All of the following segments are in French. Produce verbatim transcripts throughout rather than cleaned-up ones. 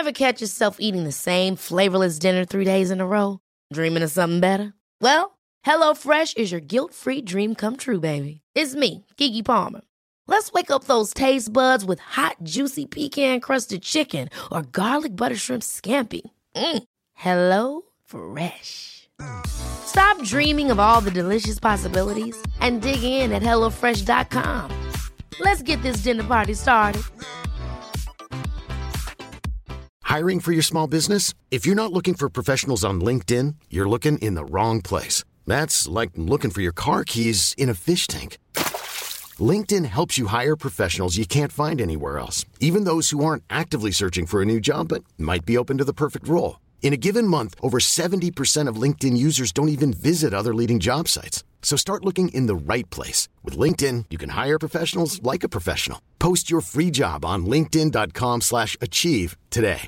Ever catch yourself eating the same flavorless dinner three days in a row? Dreaming of something better? Well, HelloFresh is your guilt-free dream come true, baby. It's me, Keke Palmer. Let's wake up those taste buds with hot, juicy pecan-crusted chicken or garlic butter shrimp scampi. Mm. Hello Fresh. Stop dreaming of all the delicious possibilities and dig in at hello fresh dot com. Let's get this dinner party started. Hiring for your small business? If you're not looking for professionals on LinkedIn, you're looking in the wrong place. That's like looking for your car keys in a fish tank. LinkedIn helps you hire professionals you can't find anywhere else, even those who aren't actively searching for a new job but might be open to the perfect role. In a given month, over seventy percent of LinkedIn users don't even visit other leading job sites. So start looking in the right place. With LinkedIn, you can hire professionals like a professional. Post your free job on linkedin dot com slash achieve today.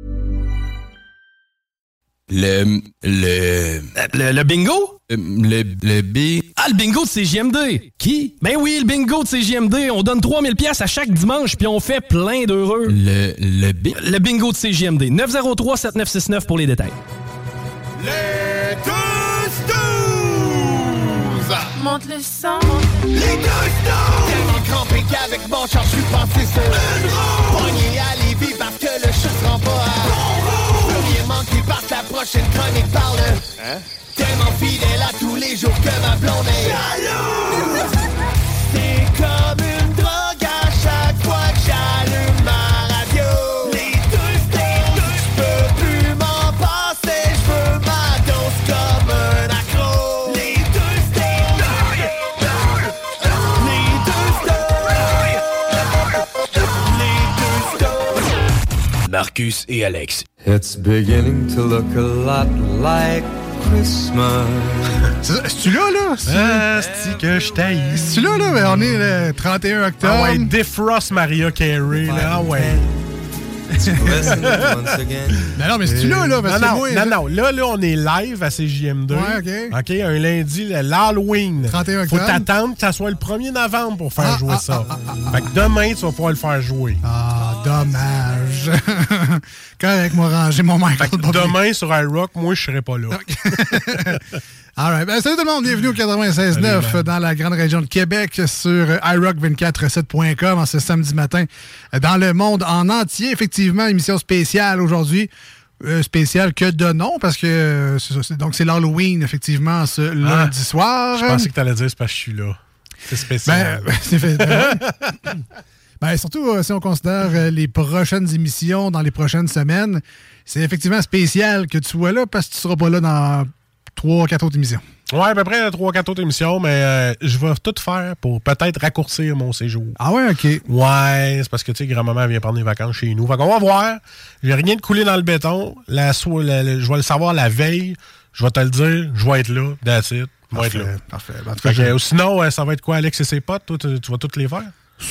Le, le, le, le bingo? Le, le B... Ah, le bingo de C J M D! Qui? Ben oui, le bingo de C J M D! On donne trois mille piastres à chaque dimanche, puis on fait plein d'heureux. Le, le, bi- le bingo de C J M D. neuf zéro trois sept neuf six neuf pour les détails. Les douze douze! Monte le sang. Les douze douze! Tellement crampé qu'avec mon char, je suis passé sur une roue. Pogné à Lévis parce que le chat se rend pas à... Bon roue! Plus rien manqué par la prochaine chronique parle. Hein? Tellement fidèle à tous les jours que ma blonde est jalouse. C'est comme une drogue à chaque fois que j'allume ma radio. Les deux stars, je peux plus m'en passer, je veux ma dose comme un accro. Les deux stars, les deux stars, les deux stars. Marcus et Alex. It's beginning to look a lot like Christmas. C'est-tu là, là? Ah, c'est que je t'aille. C'est-tu là, là? Ben, on est le trente et un octobre. Ah ouais, Defrost Mariah Carey, là. Ah ouais. Non, non, mais c'est-tu là, là? Parce non, non, moi, non, non, là, là, on est live à C J M deux. Ouais, OK. OK, un lundi, l'Halloween. trente et un octobre. Faut t'attendre que ça soit le premier novembre pour faire Ah, jouer ah, ça. ah, ah, ah, fait que demain, tu vas pouvoir le faire jouer. Ah, dommage. Correct, moi, ranger mon Michael Bublé. Demain, sur iRock, moi, je serai pas là. All right. Ben, salut tout le monde, bienvenue au quatre-vingt-seize neuf dans la grande région de Québec sur i rock vingt-quatre sept point com en ce samedi matin. Dans le monde en entier, effectivement, émission spéciale aujourd'hui. Euh, spéciale que de nom, parce que euh, c'est ça, c'est, donc c'est l'Halloween, effectivement, ce Ah, lundi soir. Je pensais que t'allais dire c'est parce que je suis là. C'est spécial. Ben, c'est fait. Ben, ben, surtout euh, si on considère euh, les prochaines émissions dans les prochaines semaines, c'est effectivement spécial que tu sois là parce que tu seras pas là dans trois, quatre autres émissions. Ouais, à peu près trois, quatre autres émissions, mais euh, je vais tout faire pour peut-être raccourcir mon séjour. Ah ouais, OK. Ouais, c'est parce que, tu sais, grand-maman vient prendre des vacances chez nous. Fait qu'on va voir. J'ai rien de coulé dans le béton. La, so- la, la, je vais le savoir la veille. Je vais te le dire. Je vais être là. That's it. Je vais être là. Parfait. En tout cas, Fait que, euh, sinon, euh, ça va être quoi, Alex et ses potes? Toi, tu, tu vas toutes les faire?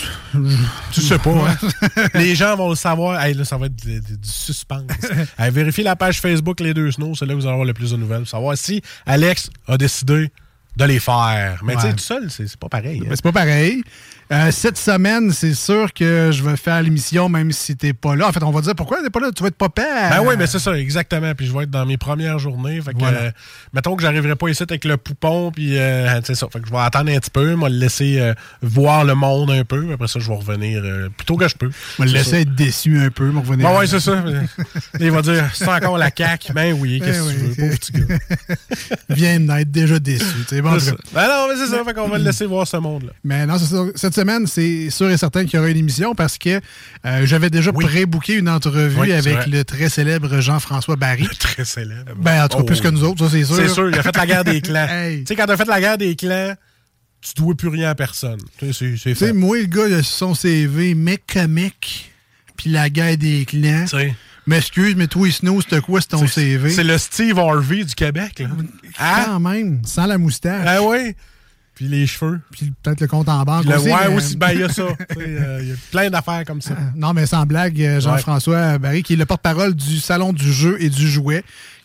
Tu sais pas, hein? Les gens vont le savoir. Hey, là, ça va être du, du, du suspense. Hey, vérifiez la page Facebook Les Deux Snows, c'est là que vous allez avoir le plus de nouvelles. Pour savoir si Alex a décidé de les faire. Mais Ouais. tu sais, tout seul, c'est, c'est pas pareil. Ben, Hein? c'est pas pareil. Euh, cette semaine, c'est sûr que je vais faire l'émission même si t'es pas là. En fait, on va dire pourquoi t'es pas là. Tu vas être pas père. Ben oui, mais c'est ça, exactement. Puis je vais être dans mes premières journées. Fait que, Voilà. euh, mettons que j'arriverai pas ici avec le poupon, puis euh, c'est ça. Fait que je vais attendre un petit peu, moi le laisser euh, voir le monde un peu. Après ça, je vais revenir euh, plus tôt que je peux. Je vais le C'est laisser ça. être déçu un peu, me revenir. Ben ouais, c'est ça. Il va dire, c'est encore la C A Q. Ben oui, qu'est-ce Ben que tu oui. veux, pauvre petit gars. Viens d'être déjà déçu. C'est bon, en C'est tout ça. cas. Ben non, mais c'est ça. Fait qu'on va le laisser voir ce monde-là. Mais non, c'est ça. Cette semaine, c'est sûr et certain qu'il y aura une émission parce que euh, j'avais déjà Oui. pré-booké une entrevue Oui, c'est avec vrai. le très célèbre Jean-François Barry. Très célèbre. Ben, en tout cas, Oh, plus que nous autres, ça, c'est sûr. C'est sûr, il a fait la guerre des clans. Hey. Tu sais, quand t'as fait la guerre des clans, tu dois plus rien à personne. Tu sais, c'est, c'est Tu sais, fait. moi, le gars, il a son C V, mec comique, puis la guerre des clans. Tu sais, M'excuse, mais toi, Snow, c'était quoi, c'est ton c'est, C V? c'est le Steve Harvey du Québec. Là. Hein? Quand même, sans la moustache. Ah oui? Puis les cheveux. Puis peut-être le compte en banque Puis le aussi. ouais mais- aussi, ben il y a ça. Tu sais, euh, il y a plein d'affaires comme ça. Non, mais sans blague, euh, Jean-François Barry, qui est le porte-parole du Salon du jeu et du jouet,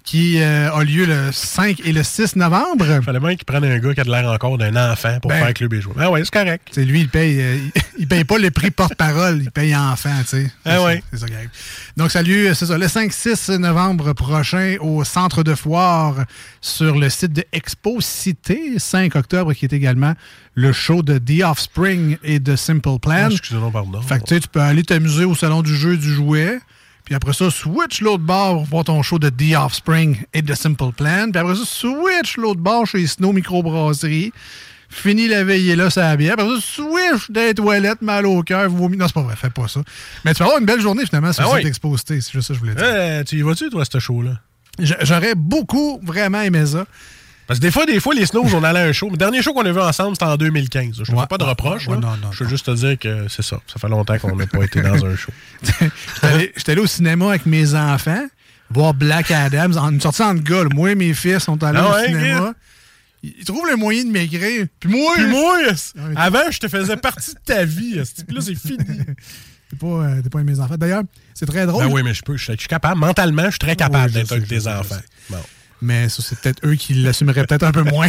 qui euh, a lieu le cinq et le six novembre. Il fallait bien qu'il prenne un gars qui a de l'air encore d'un enfant pour ben, faire Club et jouer. Ah ouais, c'est correct. T'sais, lui, il paye, euh, il, il paye pas le prix porte-parole, il paye enfant, tu sais. Ah c'est, ouais. C'est ça qui arrive. Donc, ça a lieu, c'est ça, le cinq six novembre prochain au Centre de foire sur le site de Expo Cité, cinq octobre, qui est également le show de The Offspring et de Simple Plan. Oh, excusez-moi, pardon. Fait que tu sais, tu peux aller t'amuser au salon du jeu du jouet. Puis après ça, switch l'autre bord pour voir ton show de The Offspring et de Simple Plan. Puis après ça, switch l'autre bord chez Snow Microbrasserie. Fini la veillée là, ça a bien. Après ça, switch dans les toilettes, mal au cœur, vomi. Non, c'est pas vrai, fais pas ça. Mais tu vas avoir une belle journée finalement sur ah le oui. site d'Exposité. C'est juste ça que je voulais dire. Euh, tu y vas-tu, toi, à ce show-là? J'aurais beaucoup vraiment aimé ça. Parce que des fois, des fois, les Snows, on allait à un show. Le dernier show qu'on a vu ensemble, c'était en deux mille quinze. Je ne ouais, fais pas de reproche. Ouais, là. non, non, je veux non. juste te dire que c'est ça. Ça fait longtemps qu'on n'a pas été dans un show. J'étais allé, allé au cinéma avec mes enfants, voir Black Adams. En, une sortie en gars. Là. Moi et mes fils sont allés ah au ouais, cinéma. Okay. Ils, ils trouvent le moyen de maigrir. Puis moi... Puis moi, ouais, avant, je te faisais partie de ta vie. Puis là, c'est fini. T'es pas, euh, t'es pas mes enfants. D'ailleurs, c'est très drôle. Ben oui, mais je peux. Je suis capable. Mentalement, je suis très capable oui, d'être sais, avec tes sais, enfants. Bon. Mais ça, c'est peut-être eux qui l'assumeraient peut-être un peu moins.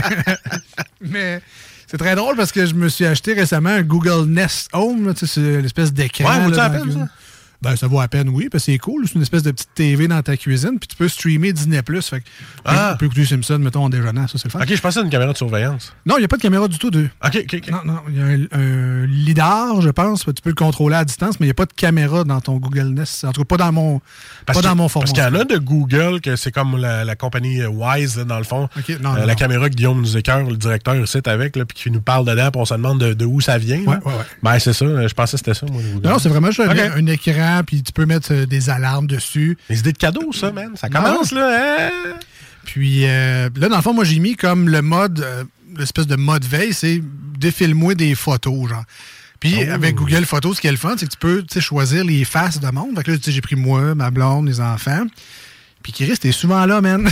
Mais c'est très drôle parce que je me suis acheté récemment un Google Nest Home. Là, c'est l'espèce d'écran. Ouais, vaut-tu là, à peine, ça? Ben, ça vaut à peine, oui, parce que c'est cool. C'est une espèce de petite T V dans ta cuisine, puis tu peux streamer Disney plus. Fait que ah. tu peux écouter Simpson, mettons, en déjeunant. Ça, c'est le fun. OK, je pensais à une caméra de surveillance. Non, il n'y a pas de caméra du tout. De... OK, OK, OK. Non, non, il y a un, un lidar, je pense. Tu peux le contrôler à distance, mais il n'y a pas de caméra dans ton Google Nest. En tout cas, pas dans mon, parce pas que, dans mon format. Parce qu'il y en a de Google, que c'est comme la, la compagnie Wise, là, dans le fond. Okay, non, euh, non, la non. caméra que Guillaume nous écœure, le directeur, ici avec, là, puis qui nous parle dedans, puis on se demande de, de où ça vient. Ouais, là. ouais, ouais. Ben, c'est ça. Je pensais que c'était ça, moi, le Google. Non, c'est vraiment juste okay. un, un écran, puis tu peux mettre euh, des alarmes dessus. Les idées de cadeaux, ça, man. Ça commence, non. là. Hein? Puis euh, là, dans le fond, moi, j'ai mis comme le mode, euh, l'espèce de mode veille, c'est défile-moi des photos, genre. Puis oh. avec Google Photos, ce qui est le fun, c'est que tu peux choisir les faces de monde. Fait que là, j'ai pris moi, ma blonde, les enfants. Puis Chris, t'es souvent là, man.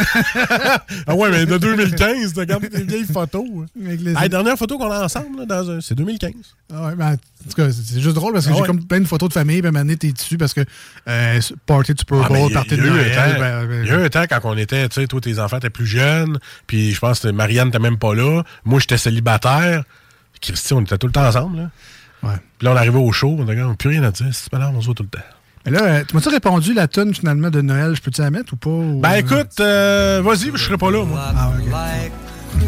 Ah ouais, mais de deux mille quinze, tu regardes des vieilles photos. Les... La dernière photo qu'on a ensemble, là, dans un... c'est deux mille quinze. Ah ouais, ben, en tout cas, c'est juste drôle parce que ah j'ai ouais. comme plein de photos de famille, puis maintenant, t'es dessus parce que euh, party de Super Bowl, ah, party de Noël. Noël. Ben, ben, il y a eu un temps quand on était, tu sais, toi, tes enfants étaient plus jeunes, puis je pense que Marianne n'était même pas là. Moi, j'étais célibataire. Christy, on était tout le temps ensemble, là. Ouais. Puis là, on arrivait au show, on n'a plus rien à dire. C'est pas là, on se voit tout le temps. Mais là, euh, tu m'as-tu répondu la toune finalement de Noël? Je peux-tu la mettre ou pas? Ou... Ben écoute, euh, vas-y, je serai pas là, moi. Ah, okay.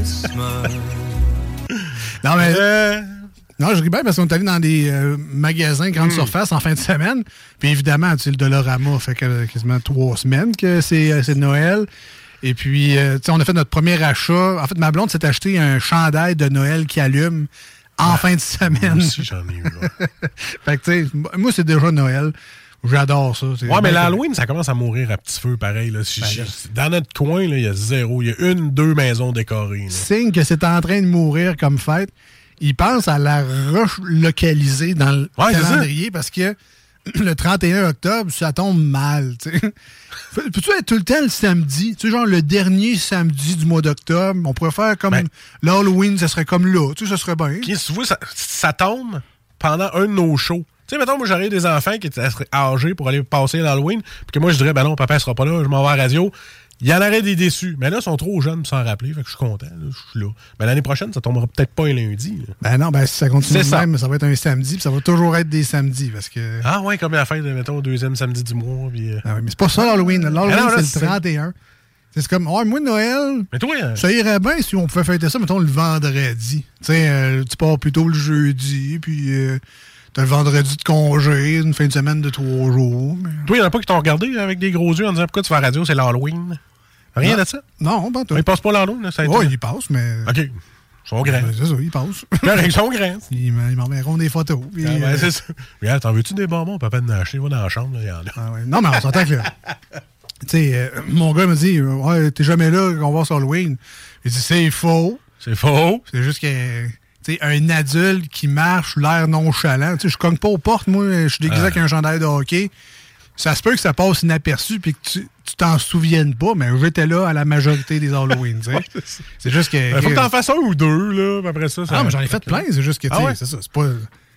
Non, mais. Euh... Non, je ris bien parce qu'on est allé dans des euh, magasins grande mm. surface en fin de semaine. Puis évidemment, tu sais, le Dollarama fait quasiment trois semaines que c'est, euh, c'est Noël. Et puis, euh, tu sais, on a fait notre premier achat. En fait, ma blonde s'est acheté un chandail de Noël qui allume en ah, fin de semaine. Moi aussi, j'en ai eu. Fait que, tu sais, moi, c'est déjà Noël. J'adore ça. Ouais, mais l'Halloween, ça commence à mourir à petit feu, pareil. Là. Ben, là. Dans notre coin, il y a zéro. Il y a une, deux maisons décorées. Là. Signe que c'est en train de mourir comme fête. Ils pensent à la relocaliser dans le ouais, calendrier parce que le trente et un octobre, ça tombe mal. T'sais. Peux-tu être tout le temps le samedi? Tu sais, genre le dernier samedi du mois d'octobre, on pourrait faire comme ben, l'Halloween, ça serait comme là. Tu sais, ça serait bien. Okay, tu vois, ça, ça tombe pendant un de nos shows. Tu sais, mettons, moi, j'aurais des enfants qui étaient âgés pour aller passer l'Halloween, puis que moi, je dirais, ben non, papa sera pas là, je m'en vais à la radio. Il y en aurait des déçus. Mais là, ils sont trop jeunes pour s'en rappeler, fait que je suis content, là, je suis là. Mais l'année prochaine, ça tombera peut-être pas un lundi. Là. Ben non, ben si ça continue de même, ça va être un samedi, puis ça va toujours être des samedis, parce que... Ah ouais, comme la fête, mettons, au deuxième samedi du mois, puis... Euh... Ah oui, mais c'est pas ça, l'Halloween. L'Halloween, non, là, c'est le trente et un. C'est comme, oh, moi, Noël, mais toi, euh... ça irait bien si on pouvait fêter ça, mettons, le vendredi. Tu sais, euh, tu pars plutôt le jeudi, puis... Euh, t'as le vendredi de congé, une fin de semaine de trois jours. Mais... Toi, il y en a pas qui t'ont regardé avec des gros yeux en disant pourquoi tu vas à la radio, c'est l'Halloween. Rien non. de ça? Non, pas tout. Ils passent pas l'Halloween, là, ça a été... Oui, ils passent, mais. OK. Ils sont grands. Ben, c'est ça, ils passent. Ils sont grands. Ils m'enverront des photos. Puis, ah, ben, euh... c'est ça. Regarde, t'en veux-tu des bonbons? Papa de acheter, va dans la chambre, il y en a. Ah, ouais. Non, mais on s'entend que. Tu sais, euh, mon gars me dit, ouais, t'es jamais là qu'on va sur Halloween. Il dit, c'est faux. C'est faux. C'est juste que. T'sais, un adulte qui marche, l'air nonchalant. T'sais, je cogne pas aux portes, moi, je suis déguisé ah. avec un chandail de hockey. Ça se peut que ça passe inaperçu puis que tu, tu t'en souviennes pas, mais j'étais là à la majorité des Halloween. Ouais, c'est, c'est juste que. Il faut que t'en fasses un ou deux, là, après ça. ça ah, mais j'en ai fait plein, c'est juste que, ah ouais? c'est ça, c'est pas.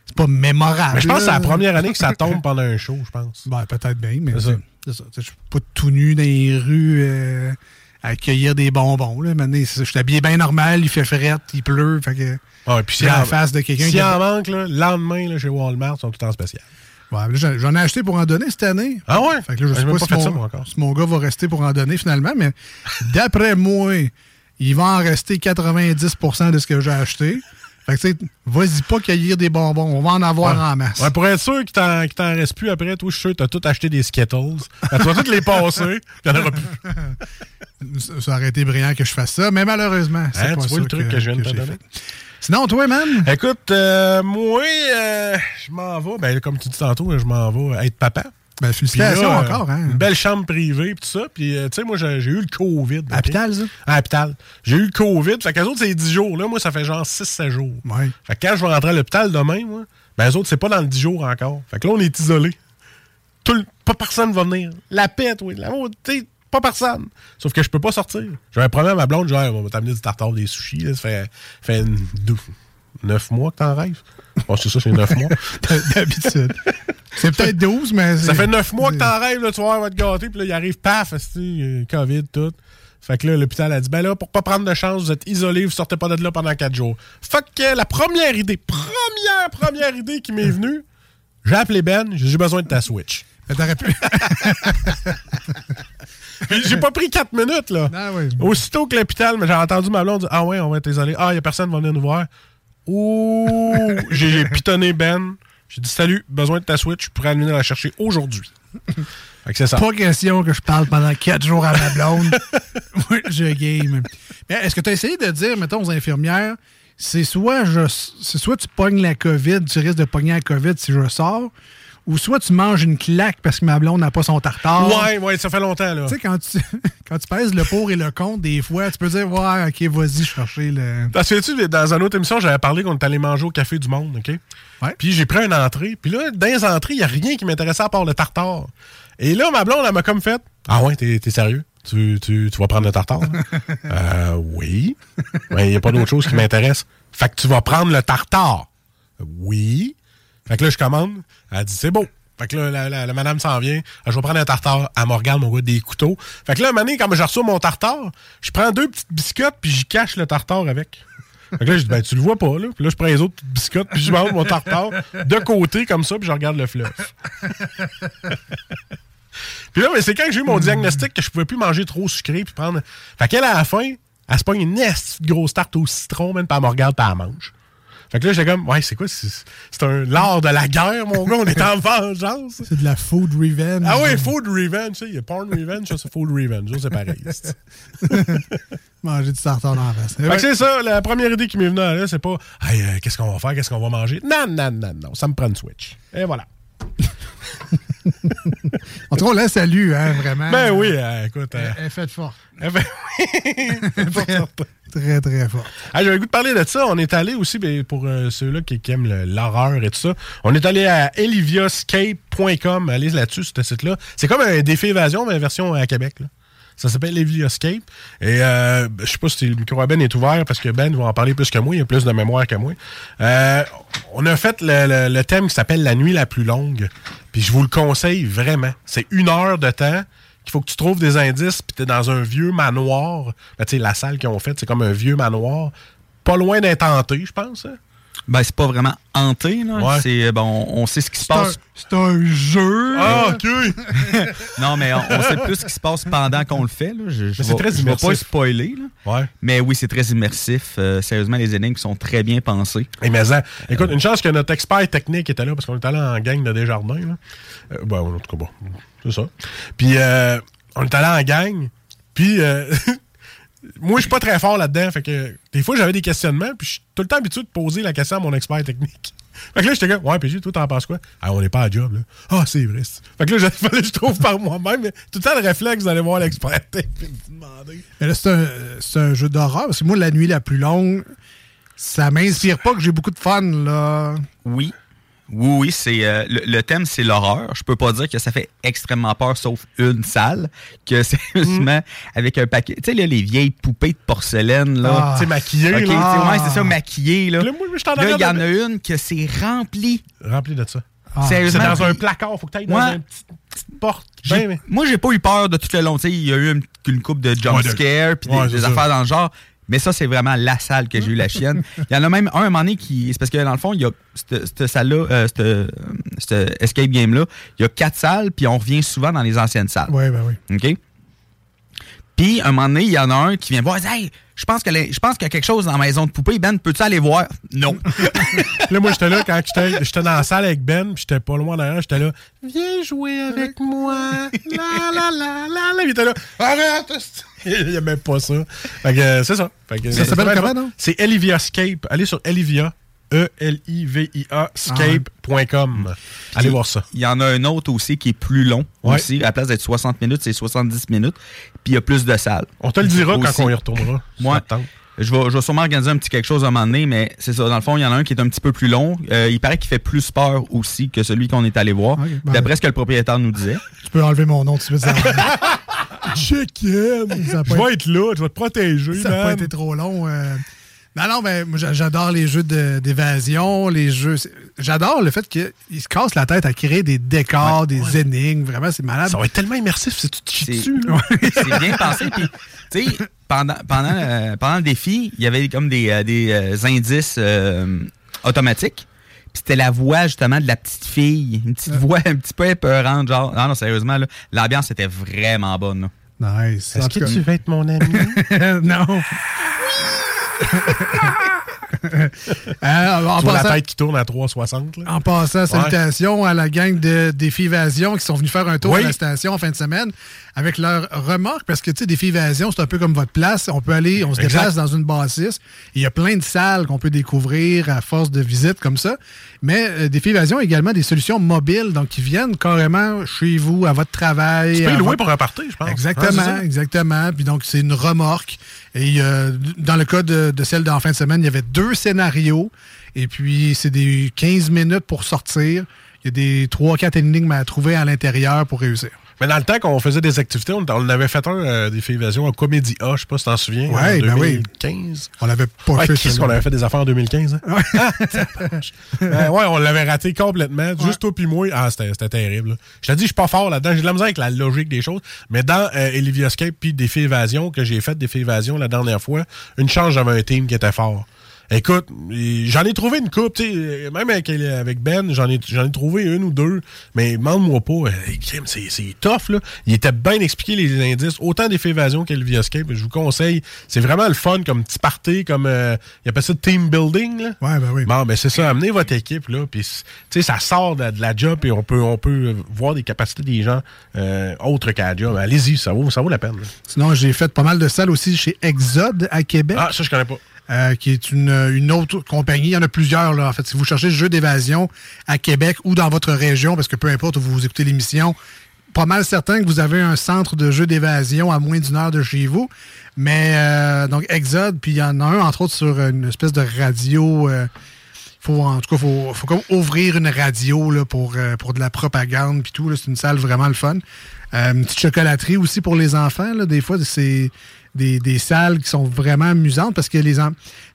c'est pas mémorable. Mais je pense que c'est la là. première année que ça tombe pendant un show, je pense. Ben, peut-être bien, mais C'est c'est ça. c'est ça. Je suis pas tout nu dans les rues euh, à cueillir des bonbons. Là. Maintenant, c'est ça, je suis habillé bien normal, il fait frette, il pleut. Fait que Ouais, puis si j'ai en- la face de quelqu'un S'il qui... en manque, là, le lendemain, là, chez Walmart, ils sont tout en spécial. Ouais, là, j'en j'en ai acheté pour en donner cette année. Ah ouais? Fait que là, je J'ai sais même pas, pas si, fait ça, mon, moi, encore. si mon gars va rester pour en donner finalement, mais d'après moi, il va en rester quatre-vingt-dix pour cent de ce que j'ai acheté. Fait que, tu sais, vas-y pas cueillir des bonbons. On va en avoir Ouais. en masse. Ouais, pour être sûr qu'il t'en, qu'il t'en reste plus après, toi, je suis sûr que t'as tout acheté des Skittles. Ben, tu vas toutes les passer, puis il n'y en aura plus. Ça, ça aurait été brillant que je fasse ça, mais malheureusement, c'est Hein, pas tu vois ça le truc que, je viens de te j'ai donner? fait. Sinon, toi, man? Écoute, euh, moi, euh, je m'en vais, ben, comme tu dis tantôt, je m'en vais être papa. Ben, félicitations Puis là, encore, hein? Une belle chambre privée, pis tout ça. Puis, euh, tu sais, moi, j'ai, j'ai eu le COVID. À l'hôpital, ça? À l'hôpital. J'ai eu le COVID. Fait qu'eux autres, c'est dix jours. Là, moi, ça fait genre six sept jours. Ouais. Fait que quand je vais rentrer à l'hôpital demain, moi, ben, eux autres, c'est pas dans le dix jours encore. Fait que là, on est isolés. Tout le- Pas personne va venir. La pète, oui. La tu sais, pas personne. Sauf que je peux pas sortir. J'avais un problème à ma blonde, genre, on va t'amener du tartare, des sushis. Là. Ça fait, fait une, deux, neuf mois que t'en rêves. Bon, c'est ça, c'est neuf mois. D'habitude. C'est peut-être douze, mais... Ça fait neuf mois que t'en rêves, là, tu vois, on va te gâter, puis là, il arrive, paf, c'est COVID, tout. Fait que là, l'hôpital a dit, ben là, pour pas prendre de chance, vous êtes isolés, vous sortez pas de là pendant quatre jours. Fait que la première idée, première, première idée qui m'est venue, j'ai appelé Ben, j'ai j'ai besoin de ta Switch. Mais t'aurais pu... Puis j'ai pas pris quatre minutes, là. Ah oui. Aussitôt que l'hôpital, mais j'ai entendu ma blonde dire, ah ouais, on va être isolés. Ah, il y a personne qui va venir nous voir. Ouh, j'ai j'ai pitonné Ben. J'ai dit, salut, besoin de ta Switch, je pourrais venir la chercher aujourd'hui. Fait que c'est ça. Pas question que je parle pendant quatre jours à ma blonde. Moi, je game. Mais est-ce que tu as essayé de dire, mettons, aux infirmières, c'est soit je c'est soit tu pognes la COVID, tu risques de pogner la COVID si je sors, ou soit tu manges une claque parce que ma blonde n'a pas son tartare. Ouais, ouais, ça fait longtemps, là. Tu sais, quand tu, quand tu pèses le pour et le contre, des fois, tu peux dire, ouais, ok, vas-y, chercher le... Parce que tu dans une autre émission, j'avais parlé qu'on est allé manger au Café du Monde, OK? Ouais. Puis j'ai pris une entrée. Puis là, dans les entrées, il n'y a rien qui m'intéressait à part le tartare. Et là, ma blonde, elle m'a comme fait, ah ouais, t'es, t'es sérieux? Tu, tu, tu vas prendre le tartare? euh, oui. Mais il n'y a pas d'autre chose qui m'intéresse. Fait que tu vas prendre le tartare? Oui. Fait que là, je commande. Elle dit, c'est beau. Fait que là, la, la, la madame s'en vient. Je vais prendre un tartare. Elle me regarde, mon gars, des couteaux. Fait que là, à un moment donné, quand je reçois mon tartare, je prends deux petites biscottes puis j'y cache le tartare avec. Fait que là, je dis, ben, tu le vois pas, là. Puis là, je prends les autres petites biscottes puis je mange mon tartare de côté, comme ça, puis je regarde le fleuve. Puis là, mais c'est quand j'ai eu mon diagnostic que je pouvais plus manger trop sucré puis prendre... Fait qu'elle, à la fin, elle se pogne une esti de grosse tarte au citron, même, puis elle me regarde, puis elle mange. Fait que là, j'étais comme, ouais, c'est quoi? C'est, c'est un l'art de la guerre, mon gars, on est en vengeance. C'est de la food revenge. Ah oui, food revenge, tu sais, il y a porn revenge, ça, c'est food revenge, ça, c'est pareil. C'est... Manger du tartare dans la face. Fait que c'est ça, la première idée qui m'est venue là, c'est pas, hey, euh, qu'est-ce qu'on va faire, qu'est-ce qu'on va manger? Non, non, non, non, ça me prend une Switch. Et voilà. En tout cas, on la salue, hein, vraiment. Ben oui, euh, écoute. Euh, Elle est faite forte. euh, ben oui. Très, très, très fort. Ah, j'avais le goût de parler de ça. On est allé aussi, ben, pour euh, ceux-là qui, qui aiment le, l'horreur et tout ça, on est allé à eliviascape point com. Allez là-dessus, sur ce site-là. C'est comme un défi évasion, mais version à Québec. Là. Ça s'appelle Eliviascape. Et euh, je sais pas si le micro à Ben est ouvert, parce que Ben va en parler plus que moi. Il a plus de mémoire que moi. Euh, on a fait le, le, le thème qui s'appelle La nuit la plus longue. Puis je vous le conseille vraiment. C'est une heure de temps qu'il faut que tu trouves des indices, puis t'es dans un vieux manoir. Ben, tu sais, la salle qu'ils ont faite, c'est comme un vieux manoir. Pas loin d'être hanté, je pense. Hein? Ben, c'est pas vraiment hanté, là. Ouais. C'est, bon, on sait ce qui se C'est un, passe. c'est un jeu. Ah, OK! Non, mais on, on sait plus ce qui se passe pendant qu'on le fait, là. Je, je Mais c'est vais- très je vais immersif. pas spoiler, là. Ouais. Mais oui, c'est très immersif. Euh, sérieusement, les énigmes sont très bien pensées. Et mais ça, écoute, une chance que notre expert technique était là, parce qu'on est allé en gang de Desjardins. Là. Euh, bon, en tout cas, bon, c'est ça. Puis, euh, on est allé en gang, puis... Euh, moi, je suis pas très fort là-dedans, fait que des fois, j'avais des questionnements, puis je suis tout le temps habitué de poser la question à mon expert technique. Fait que là, j'étais comme, ouais, P J, toi, t'en penses quoi? Ah, on n'est pas à job, là. Ah, c'est vrai. c'est... Fait que là, il fallait que je trouve par moi-même, mais tout le temps, le réflexe d'aller voir l'expert technique, de demander. Mais là, c'est un, c'est un jeu d'horreur, parce que moi, la nuit la plus longue, ça m'inspire pas que j'ai beaucoup de fun, là. Oui. Oui, oui, c'est euh, le, le thème, c'est l'horreur. Je peux pas dire que ça fait extrêmement peur, sauf une salle, que c'est justement mm. avec un paquet... Tu sais, là, les vieilles poupées de porcelaine, là. Ah, tu sais, maquillées, okay, là. Ouais, c'est ça, maquillées, là. Là, il y en a une que c'est rempli. Rempli de ça. Ah, c'est dans puis... un placard, faut que tu ailles dans ouais. une petite, petite porte. J'ai, ben, mais... Moi, j'ai pas eu peur de tout le long. Tu sais, il y a eu une, une couple de jump ouais, scare puis ouais, des, des affaires dans le genre. Mais ça, c'est vraiment la salle que j'ai eu la chienne. Il y en a même un, un moment donné qui... C'est parce que dans le fond, il y a cette, cette salle-là, euh, cette, cette escape game-là, il y a quatre salles, puis on revient souvent dans les anciennes salles. Oui, ben oui. OK? Puis, un moment donné, il y en a un qui vient voir, hey, je pense, que les, je pense qu'il y a quelque chose dans la maison de poupée. Ben, peux-tu aller voir? Non. Là, moi, j'étais là quand j'étais, j'étais dans la salle avec Ben, puis j'étais pas loin derrière, j'étais là, viens jouer avec moi. La, la, la, la, la. Il était là, arrête! Il n'y a même pas ça. Fait que euh, c'est ça. Fait que, ça s'appelle comment, non? C'est Eliviascape. Allez sur Elivia. E L I V I A scape point com. Ah, allez voir ça. Il y en a un autre aussi qui est plus long. Ouais. Aussi. À la place d'être soixante minutes, c'est soixante-dix minutes. Puis il y a plus de salles. On te le dira aussi. Quand on y retournera. Moi, je vais, je vais sûrement organiser un petit quelque chose à un moment donné, mais c'est ça. Dans le fond, il y en a un qui est un petit peu plus long. Euh, il paraît qu'il fait plus peur aussi que celui qu'on est allé voir. Okay, ben d'après ce que le propriétaire nous disait. Tu peux enlever mon nom, tu veux dire. Chicken! Je vais être là, je vais te protéger. Ça n'a pas été trop long. Euh... Non, non, mais moi, j'adore les jeux de, d'évasion, les jeux... J'adore le fait qu'ils se cassent la tête à créer des décors, ouais, des ouais. énigmes. Vraiment, c'est malade. Ça va être tellement immersif si tu te chies dessus. C'est bien pensé. Puis, tu sais, pendant, pendant, euh, pendant le défi, il y avait comme des, euh, des euh, indices euh, automatiques. Puis c'était la voix, justement, de la petite fille. Une petite ouais. voix un petit peu épeurante, genre... Non, non, sérieusement, là, l'ambiance était vraiment bonne. Là. Nice. Est-ce que cas... tu veux être mon ami? Non. euh, en tu vois passant, la tête qui tourne à trois cent soixante. Là. En passant, salutations ouais. à la gang de Défi Évasion qui sont venus faire un tour oui. à la station en fin de semaine avec leur remorque, parce que, tu sais, Défi Évasion, c'est un peu comme votre place. On peut aller, on se exact. déplace dans une bâtisse. Il y a plein de salles qu'on peut découvrir à force de visites comme ça. Mais euh, Défi Évasion a également des solutions mobiles, donc qui viennent carrément chez vous, à votre travail. Tu peux louer votre... pour un party, je pense. Exactement, ah, exactement. Puis donc, c'est une remorque. Et euh, dans le cas de, de celle d'en fin de semaine, il y avait deux scénarios. Et puis, c'est des quinze minutes pour sortir. Il y a des trois quatre énigmes à trouver à l'intérieur pour réussir. Mais dans le temps qu'on faisait des activités, on, on avait fait un euh, des Défi Évasion à Comédie A, je sais pas si tu t'en souviens, ouais, en ben deux mille quinze. Oui. On l'avait pas ouais, fait. Qu'est-ce qu'on avait fait des affaires en deux mille quinze? Hein? Ouais. euh, ouais, on l'avait raté complètement. Ouais. Juste toi puis moi. Ah, c'était, c'était terrible. Là. Je t'ai dit, je suis pas fort là-dedans. J'ai de la misère avec la logique des choses. Mais dans euh, Eliviascape puis Défi Évasion, que j'ai fait Défi Évasion la dernière fois, une chance, j'avais un team qui était fort. Écoute, j'en ai trouvé une couple, tu sais, même avec, avec Ben, j'en ai, j'en ai trouvé une ou deux, mais demande-moi pas, c'est, c'est tough, là. Il était bien expliqué les indices, autant Défi Évasion qu'Eliviascape, je vous conseille, c'est vraiment le fun comme petit party, comme, euh, il appelle ça team building, là. Ouais, ben oui. Bon, ben c'est ça, amenez votre équipe, là, puis, tu sais, ça sort de, de la job, et on peut, on peut voir des capacités des gens euh, autres qu'à la job. Allez-y, ça vaut, ça vaut la peine, là. Sinon, j'ai fait pas mal de salles aussi chez Exode à Québec. Ah, ça, je connais pas. Euh, qui est une, une autre compagnie. Il y en a plusieurs, là. En fait, si vous cherchez jeux d'évasion à Québec ou dans votre région, parce que peu importe où vous écoutez l'émission, pas mal certain que vous avez un centre de jeux d'évasion à moins d'une heure de chez vous. Mais, euh, donc, Exode, puis il y en a un, entre autres, sur une espèce de radio. Euh, faut, en tout cas, il faut, faut comme ouvrir une radio là, pour, euh, pour de la propagande, puis tout. Là. C'est une salle vraiment le fun. Euh, une petite chocolaterie aussi pour les enfants. Là. Des fois, c'est... Des, des salles qui sont vraiment amusantes parce que les enfants.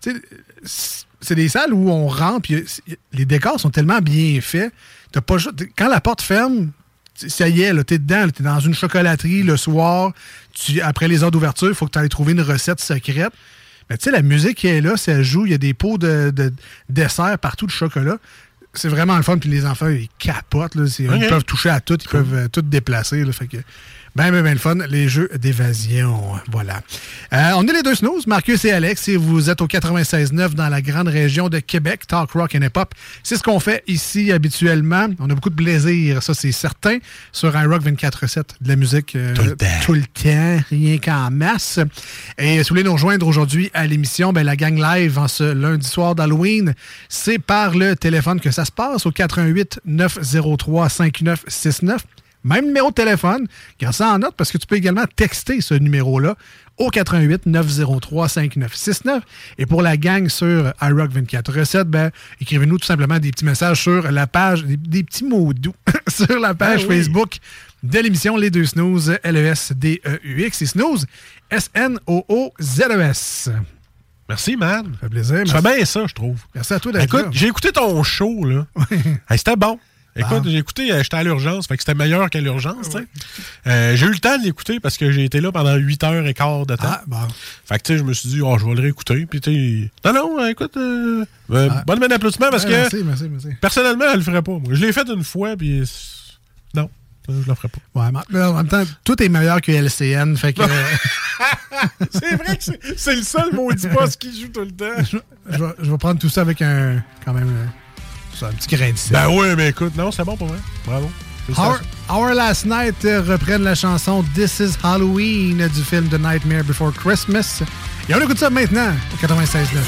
C'est des salles où on rentre, puis les décors sont tellement bien faits. T'as pas, quand la porte ferme, ça y est, là, t'es dedans, là, t'es dans une chocolaterie le soir. Tu, après les heures d'ouverture, il faut que tu ailles trouver une recette secrète. Mais tu sais, la musique qui est là, si elle joue, il y a des pots de, de dessert partout de chocolat. C'est vraiment le fun, puis les enfants, ils capotent. Là, okay. Ils peuvent toucher à tout, ils cool. peuvent euh, tout déplacer. Là, fait que. Ben, ben, ben, le fun, les jeux d'évasion. Voilà. Euh, on est les deux snooze, Marcus et Alex, et vous êtes au quatre-vingt-seize neuf dans la grande région de Québec, Talk Rock and Hip-Hop. C'est ce qu'on fait ici habituellement. On a beaucoup de plaisir, ça c'est certain, sur iRock vingt-quatre sept. De la musique euh, tout, le tout le temps, rien qu'en masse. Et si vous voulez nous rejoindre aujourd'hui à l'émission, ben, la gang live en ce lundi soir d'Halloween, c'est par le téléphone que ça se passe au quatre un huit neuf zéro trois cinq neuf six neuf. Même numéro de téléphone. Garde ça en note parce que tu peux également texter ce numéro-là au quatre un huit neuf zéro trois cinq neuf six neuf. Et pour la gang sur iRock vingt-quatre recettes, ben, écrivez-nous tout simplement des petits messages sur la page, des, des petits mots doux, sur la page ah, oui. Facebook de l'émission Les Deux Snooze, L E S D E U X et Snooze, S N O O Z E S. Merci, man. Ça fait plaisir. Tu fais bien ça, je trouve. Merci à toi d'être Écoute, là. J'ai écouté ton show, là. Hey, c'était bon. Écoute, ah. j'ai écouté, j'étais à l'urgence, fait que c'était meilleur qu'à l'urgence, tu sais. Euh, j'ai eu le temps de l'écouter parce que j'ai été là pendant huit heures et quart de temps. Ah, bon. Fait que, tu sais, je me suis dit, oh, je vais le réécouter. Puis, tu sais, non, non, écoute, euh, euh, ah. bonne main d'applaudissement parce ouais, que, merci, merci, merci. personnellement, je le ferais pas, moi. Je l'ai fait une fois, puis non, je le ferais pas. Ouais, mais en même temps, tout est meilleur que L C N, fait que... c'est vrai que c'est, c'est le seul maudit poste qui joue tout le temps. je, je, vais, je vais prendre tout ça avec un, quand même... un petit grain de sel. Ben oui, mais écoute, non, c'est bon pour moi. Bravo. Our, Our Last Night euh, reprennent la chanson This is Halloween du film The Nightmare Before Christmas. Et on écoute ça maintenant au quatre-vingt-seize neuf.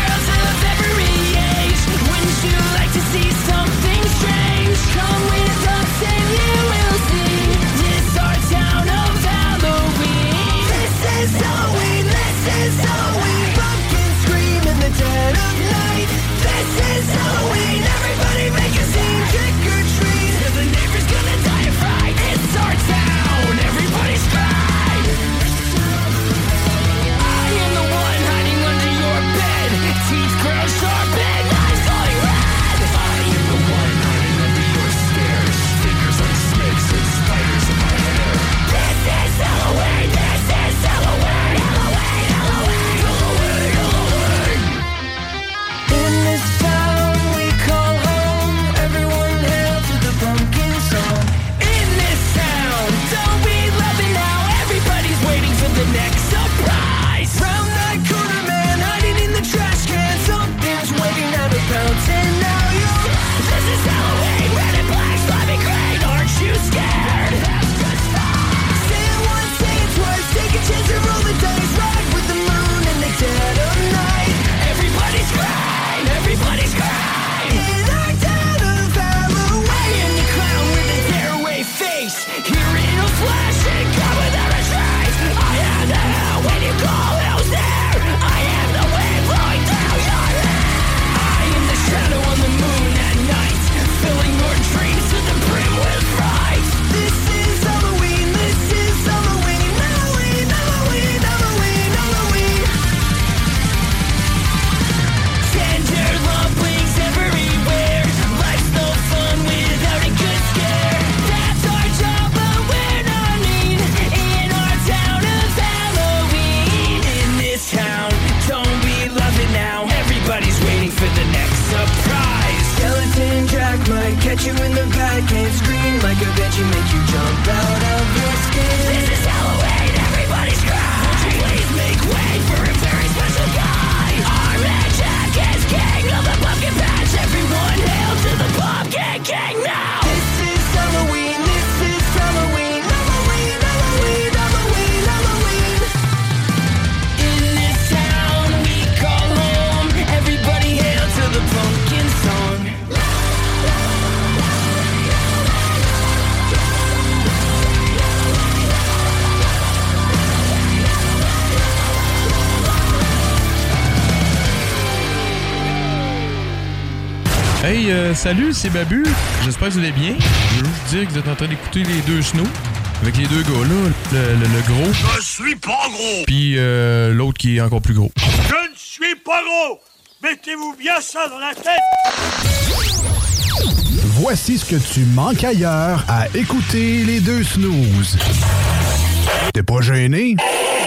Catch you in the back and scream like a bitch and make you jump out of your skin. This is Halloween, everybody's crying. Won't you please make way for a very special guy? Our man Jack is king of the pumpkin patch. Everyone hail to the pumpkin king now. This is Halloween, this is Halloween, Halloween, Halloween, Halloween, Halloween. In this town we call home. Everybody hail to the pumpkin song. Hey, euh, salut, c'est Babu. J'espère que vous allez bien. Je veux juste dire que vous êtes en train d'écouter les deux snows. Avec les deux gars-là, le, le, le gros. Je suis pas gros. Puis euh, l'autre qui est encore plus gros. Je ne suis pas gros. Mettez-vous bien ça dans la tête. Voici ce que tu manques ailleurs à écouter les deux snooze. T'es pas gêné?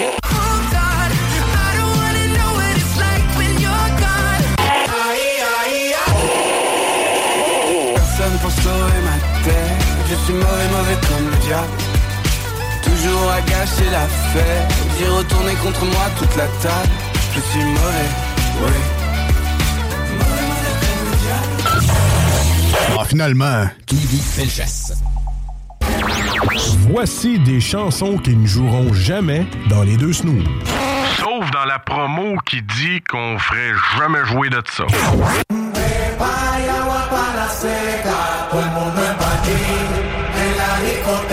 Pour sauver ma tête, je suis mauvais, mauvais comme le diable. Toujours à gâcher la fête, d'y retourner contre moi toute la table. Je suis mauvais, oui. Mauvais, mauvais comme le diable. Ah, finalement, qui dit Felchasse. Voici des chansons qui ne joueront jamais dans les deux snooze. Sauf dans la promo qui dit qu'on ferait jamais jouer de ça. Agua para la seca, todo el mundo en patín, en la discoteca.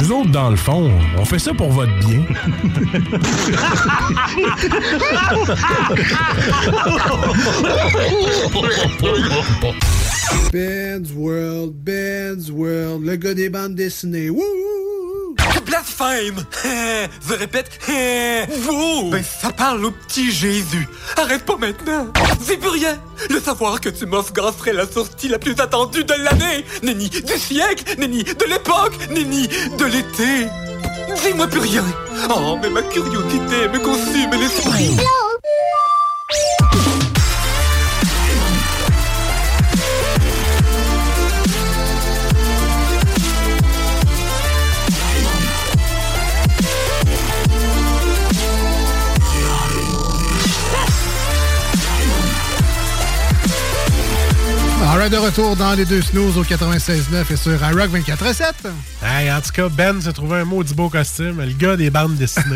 Nous autres, dans le fond, on fait ça pour votre bien. Ben's World, Ben's World, le gars des bandes dessinées. Wouh! Blasphème! Je répète, wow! Ben, ça parle au petit Jésus. Arrête pas maintenant! C'est plus rien! Le savoir que tu m'offres serait la sortie la plus attendue de l'année! Nenni du siècle! Nenni de l'époque! Nenni de l'été! Dis-moi plus rien! Oh, mais ma curiosité me consume l'esprit! Alright, de retour dans les deux snooze au quatre-vingt-seize neuf et sur iRock vingt-quatre sept. Hey, en tout cas, Ben s'est trouvé un maudit beau costume. Le gars des bandes dessinées.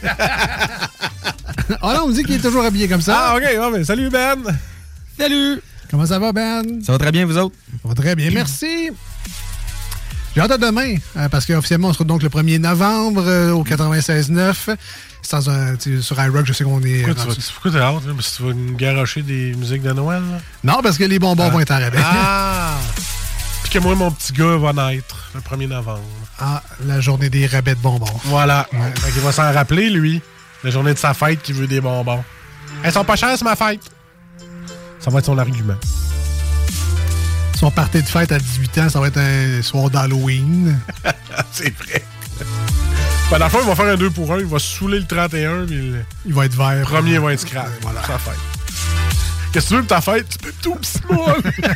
Oh là, on me dit qu'il est toujours habillé comme ça. Ah, OK. Ouais, mais salut, Ben. Salut. Comment ça va, Ben? Ça va très bien, vous autres? Ça va très bien, merci. J'ai hâte à demain, euh, parce qu'officiellement, on se retrouve donc le premier novembre euh, au quatre-vingt-seize neuf. Sans, euh, sur iRock, je sais qu'on est... Pourquoi, tu vas, pourquoi t'es hâte? Là? Parce que tu vas nous garocher des musiques de Noël? Là? Non, parce que les bonbons ah. vont être en rabais. Ah! Puis que moi, mon petit gars va naître le premier novembre. Ah, la journée des rabais de bonbons. Voilà. Ouais. Fait qu'il va s'en rappeler, lui. La journée de sa fête qui veut des bonbons. Elles sont pas chères, c'est ma fête. Ça va être son argument. Son party de fête à dix-huit ans, ça va être un soir d'Halloween. C'est vrai. Ben, dans le fond, il va faire un deux pour un. Il va se saouler le trente et un. Puis le... Il va être vert. Le premier va être scrap. Ouais, voilà. Sa fête. Qu'est-ce que tu veux pour ta fête? Tu peux tout pis moi.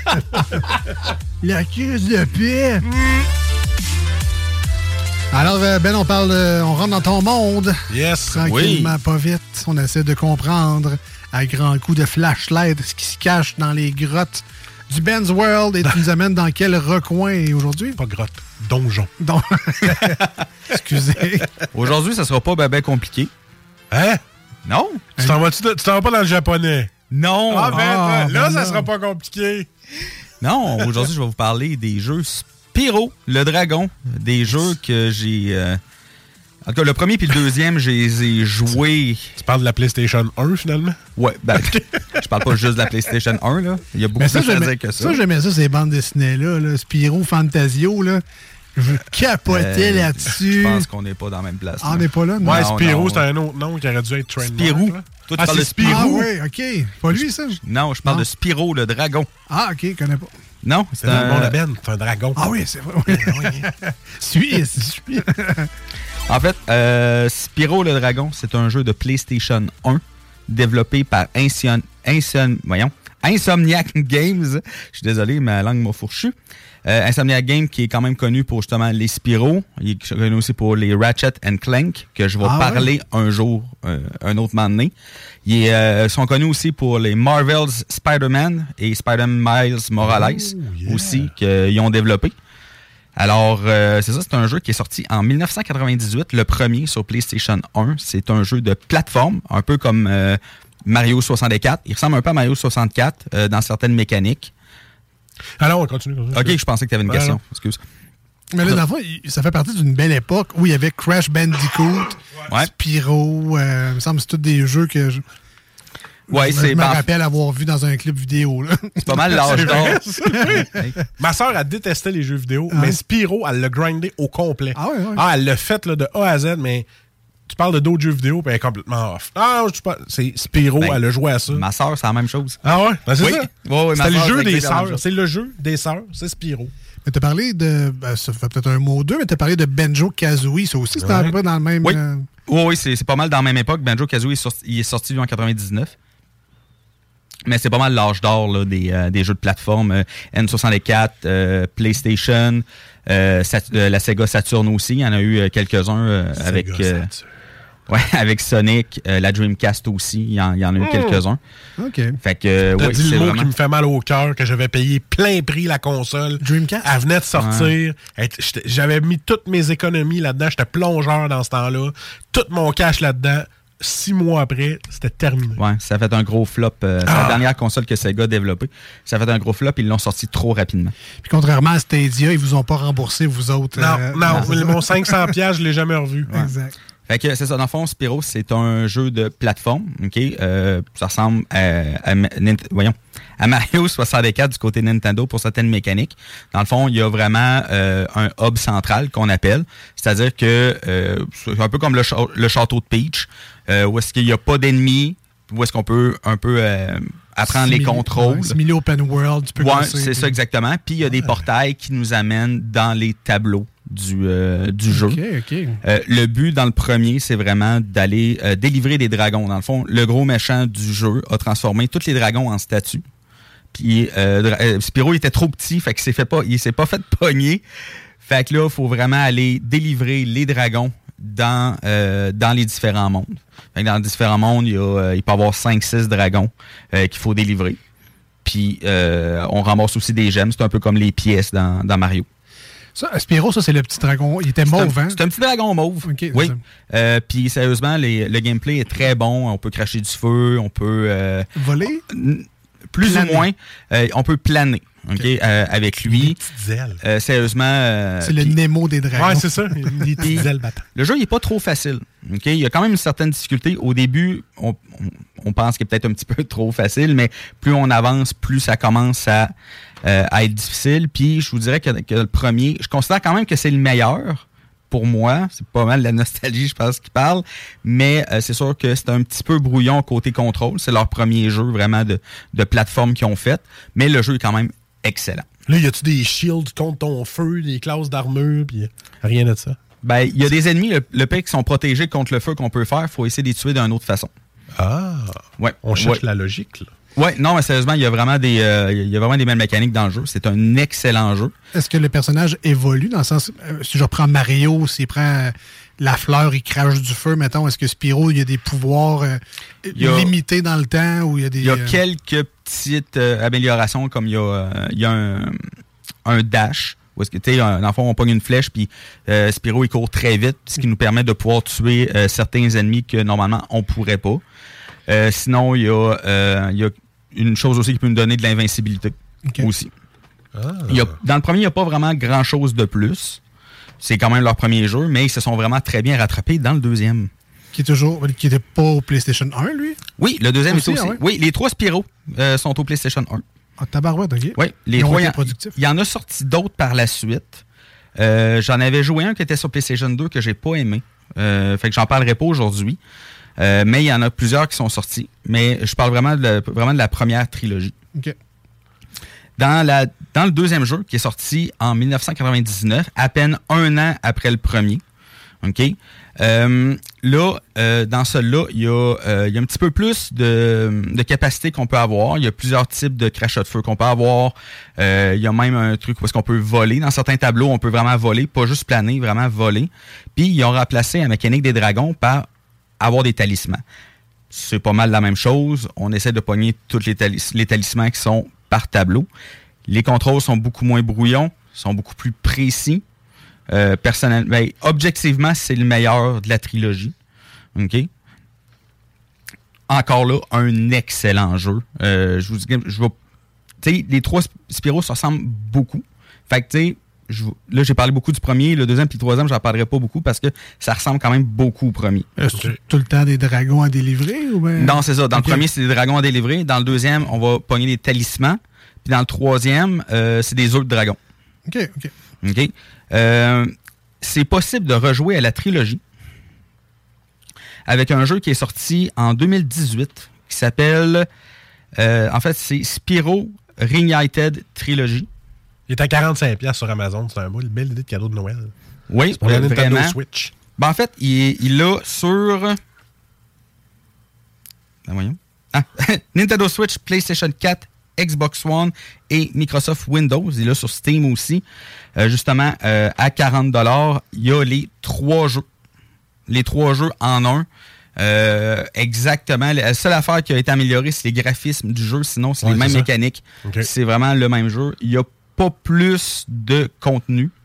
La crise de paix. Mm. Alors, Ben, on parle, de, on rentre dans ton monde. Yes. Tranquillement, oui. pas vite. On essaie de comprendre à grands coups de flashlight ce qui se cache dans les grottes du Ben's World. Et tu nous amènes dans quel recoin aujourd'hui? Pas grotte, donjon. Don... Excusez. Aujourd'hui, ça sera pas ben, ben compliqué. Hein? Non. Tu t'en vas-tu de... tu t'en vas pas dans le japonais? Non. Ah, ben, ah, là, ben ça non. sera pas compliqué. Non, aujourd'hui, je vais vous parler des jeux Spyro, le dragon. Des jeux que j'ai... Euh... En tout cas, le premier puis le deuxième, je les ai joués... Tu parles de la PlayStation un, finalement? Ouais, ben, je parle pas juste de la PlayStation un, là. Il y a beaucoup ça, plus à dire que ça. Ça, j'aimais ça, ces bandes dessinées-là. Là. Spyro, Fantasio, là. Je capotais euh, Je là-dessus. pense qu'on n'est pas dans la même place. Ah, on n'est pas là? Non? Ouais, non, Spyro, non, c'est un autre nom qui aurait dû être Trademark. Spyro. Là. Toi, tu ah, parles de Spyro. Ah, oui, OK. Pas lui, ça? Non, je parle non. de Spyro, le dragon. Ah, OK, je connais pas. Non, c'est un... Bon, la Ben, c'est un dragon. Ah oui, c'est vrai. Oui. Suisse. En fait, euh, Spyro le Dragon, c'est un jeu de PlayStation un développé par Inson... Inson... Voyons. Insomniac Games. Je suis désolé, ma langue m'a fourchu. Euh, Insomniac Games qui est quand même connu pour justement les Spyro. Il est connu aussi pour les Ratchet and Clank, que je vais ah, parler ouais. un jour, euh, un autre moment donné. Ils euh, sont connus aussi pour les Marvel's Spider-Man et Spider-Man Miles Morales oh, yeah. aussi, qu'ils ont développé. Alors, euh, c'est ça, c'est un jeu qui est sorti en dix-neuf cent quatre-vingt-dix-huit, le premier sur PlayStation un. C'est un jeu de plateforme, un peu comme euh, Mario soixante-quatre. Il ressemble un peu à Mario soixante-quatre euh, dans certaines mécaniques. Alors, on continue. continue OK, je pensais que tu avais une question. Excuse. Mais là, dans le fond, ça fait partie d'une belle époque où il y avait Crash Bandicoot, ouais. Spyro, euh, il me semble que c'est tous des jeux que je... Ouais, je c'est me par... rappelle avoir vu dans un clip vidéo. Là. C'est pas mal l'âge d'or. Ma soeur, elle détestait les jeux vidéo, ah. mais Spyro, elle l'a grindé au complet. Ah, ouais, ouais. Ah, elle l'a fait là, de A à Z, mais tu parles de d'autres jeux vidéo, puis elle est complètement off. Ah, je pas... c'est Spyro, ben, elle a joué à ça. Ma soeur, c'est la même chose. Ah ouais? Ben, c'est oui. ça. Ouais, ouais, c'est le soeur, jeu des sœurs. C'est le jeu des sœurs, c'est Spyro. Mais t'as parlé de... Ben, ça fait peut-être un mot ou deux, mais t'as parlé de Banjo-Kazooie. Ça aussi, c'était ouais. à peu près dans le même... Oui, euh... oui, oui c'est, c'est pas mal dans la même époque. Banjo-Kazooie, est sorti, il est sorti lui, en quatre-vingt-dix-neuf. Mais c'est pas mal l'âge d'or là, des, euh, des jeux de plateforme. Euh, N soixante-quatre, euh, PlayStation, euh, Sat- euh, la Sega Saturn aussi. Il y en a eu euh, quelques-uns euh, avec, euh, ouais, avec Sonic, euh, la Dreamcast aussi. Il y en, il y en a eu mmh. quelques-uns. OK. Fait que, euh, t'as ouais, dit c'est le mot vraiment... qui me fait mal au cœur, que j'avais payé plein prix la console. Dreamcast? Elle venait de sortir. Ouais. J'avais mis toutes mes économies là-dedans. J'étais plongeur dans ce temps-là. Tout mon cash là-dedans. six mois après, c'était terminé. Ouais, ça a fait un gros flop. Euh, c'est Ah. la dernière console que Sega a développée. Ça a fait un gros flop, ils l'ont sorti trop rapidement. Puis contrairement à Stadia, ils vous ont pas remboursé, vous autres. Non, euh, non, c'est ça. mon cinq cents piastres, je l'ai jamais revu. Ouais. Exact. Fait que c'est ça, dans le fond, Spyro, c'est un jeu de plateforme, OK? Euh, ça ressemble à, à, Nint- voyons, à Mario soixante-quatre du côté Nintendo pour certaines mécaniques. Dans le fond, il y a vraiment euh, un hub central qu'on appelle, c'est-à-dire que euh, c'est un peu comme le, cha- le château de Peach, euh, où est-ce qu'il n'y a pas d'ennemis, où est-ce qu'on peut un peu euh, apprendre les Simili- contrôles. ouais, simili open world, tu peux Ouais, lancer, c'est puis- ça exactement. Puis il y a des portails qui nous amènent dans les tableaux du, euh, du jeu. OK, OK. Euh, le but dans le premier, c'est vraiment d'aller euh, délivrer des dragons. Dans le fond, le gros méchant du jeu a transformé tous les dragons en statues. Puis euh, Dra- euh, Spyro il était trop petit, fait qu'il s'est fait pas, il s'est pas fait pogner. Fait que là, il faut vraiment aller délivrer les dragons dans euh, dans les différents mondes. Fait que dans les différents mondes, il y a euh, il peut y avoir cinq six dragons euh, qu'il faut délivrer. Puis euh, on ramasse aussi des gemmes, c'est un peu comme les pièces dans, dans Mario. Ça, Spyro, ça, c'est le petit dragon. Il était C'est mauve, un, hein? c'est un petit dragon mauve. OK, c'est oui. ça. Euh, Puis sérieusement, les- le gameplay est très bon. On peut cracher du feu, on peut... euh, Voler? n- plus Planer. ou moins, euh, on peut planer. OK, OK. euh, avec lui. Petites ailes. Euh, sérieusement... euh, C'est le puis- Nemo des dragons. Ouais, c'est ça. Les Puis, petites ailes battantes. le jeu, il n'est pas trop facile. OK? Il y a quand même une certaine difficulté. Au début, on, on, on pense qu'il est peut-être un petit peu trop facile, mais plus on avance, plus ça commence à, euh, à être difficile. Puis je vous dirais que, que le premier, je considère quand même que c'est le meilleur. Pour moi, c'est pas mal la nostalgie, je pense, qui parle. Mais euh, c'est sûr que c'est un petit peu brouillon côté contrôle. C'est leur premier jeu vraiment de, de plateforme qu'ils ont fait. Mais le jeu est quand même excellent. Là, y a-tu des shields contre ton feu, des classes d'armure, puis rien de ça? Ben, il y a des ennemis, le, le pire, qui sont protégés contre le feu qu'on peut faire. Il faut essayer de les tuer d'une autre façon. Ah! Ouais. On cherche Ouais. la logique, là. Ouais, non, mais sérieusement, il y a vraiment des, euh, il y a vraiment des belles mécaniques dans le jeu. C'est un excellent jeu. Est-ce que le personnage évolue dans le sens, euh, si je reprends Mario, s'il prend euh, la fleur, il crache du feu, mettons, est-ce que Spyro, il y a des pouvoirs euh, Il y a- limités dans le temps ou il y a des... Il y a euh, quelques petites euh, améliorations, comme il y a, euh, il y a un, un dash. Où est-ce que, tu sais, dans le fond, on pogne une flèche, puis euh, Spyro, il court très vite, ce qui nous permet de pouvoir tuer euh, certains ennemis que, normalement, on pourrait pas. Euh, sinon, il y, a, euh, il y a une chose aussi qui peut nous donner de l'invincibilité OK. aussi. Il y a, dans le premier, il n'y a pas vraiment grand-chose de plus. C'est quand même leur premier jeu, mais ils se sont vraiment très bien rattrapés dans le deuxième. Qui est toujours... Qui était pas au PlayStation un, lui? Oui, le deuxième Aussi, est aussi. ah ouais? Oui, les trois Spyro euh, sont au PlayStation un. Ah, tabarouette, OK. Oui, les Ils ont trois. été Il y en- productifs. il y en a sorti d'autres par la suite. Euh, j'en avais joué un qui était sur PlayStation deux que j'ai pas aimé. Euh, fait que j'en parlerai pas aujourd'hui. Euh, mais il y en a plusieurs qui sont sortis. Mais je parle vraiment de la, vraiment de la première trilogie. OK. Dans, la, dans le deuxième jeu, qui est sorti en dix-neuf cent quatre-vingt-dix-neuf, à peine un an après le premier, OK? Euh, là, euh, dans celui-là, il y, a, euh, il y a un petit peu plus de, de capacité qu'on peut avoir. Il y a plusieurs types de crachats de feu qu'on peut avoir. Euh, il y a même un truc où est-ce qu'on peut voler. Dans certains tableaux, on peut vraiment voler, pas juste planer, vraiment voler. Puis, ils ont remplacé la mécanique des dragons par avoir des talismans. C'est pas mal la même chose. On essaie de pogner tous les, talis- les talismans qui sont par tableau. Les contrôles sont beaucoup moins brouillons, sont beaucoup plus précis. Euh, personnellement, ben, objectivement, c'est le meilleur de la trilogie. OK? Encore là, un excellent jeu. Euh, je vous dis, je vais. Tu sais, les trois Spyro se ressemblent beaucoup. Fait que, tu sais, je- là, j'ai parlé beaucoup du premier, le deuxième puis le troisième, j'en parlerai pas beaucoup parce que ça ressemble quand même beaucoup au premier. Est-ce que tout le temps des dragons à délivrer? Ou ben... Non, c'est ça. Dans OK. le premier, c'est des dragons à délivrer. Dans le deuxième, on va pogner des talismans. Puis dans le troisième, euh, c'est des œufs de dragon. OK, OK. OK? Euh, c'est possible de rejouer à la trilogie avec un jeu qui est sorti en deux mille dix-huit qui s'appelle... euh, en fait, c'est Spyro Reignited Trilogy. Il est à quarante-cinq dollars sur Amazon. C'est un beau, belle idée de cadeau de Noël. Oui, C'est pour la euh, Nintendo vraiment. Switch. Ben, en fait, il, il l'a sur... Ben, voyons. Ah, Nintendo Switch, PlayStation quatre, Xbox One et Microsoft Windows. Il est sur Steam aussi. Euh, justement, euh, à quarante dollars, il y a les trois jeux. Les trois jeux en un. Euh, exactement. La seule affaire qui a été améliorée, c'est les graphismes du jeu. Sinon, c'est Ouais, les c'est mêmes ça. mécaniques. OK. C'est vraiment le même jeu. Il n'y a pas plus de contenu.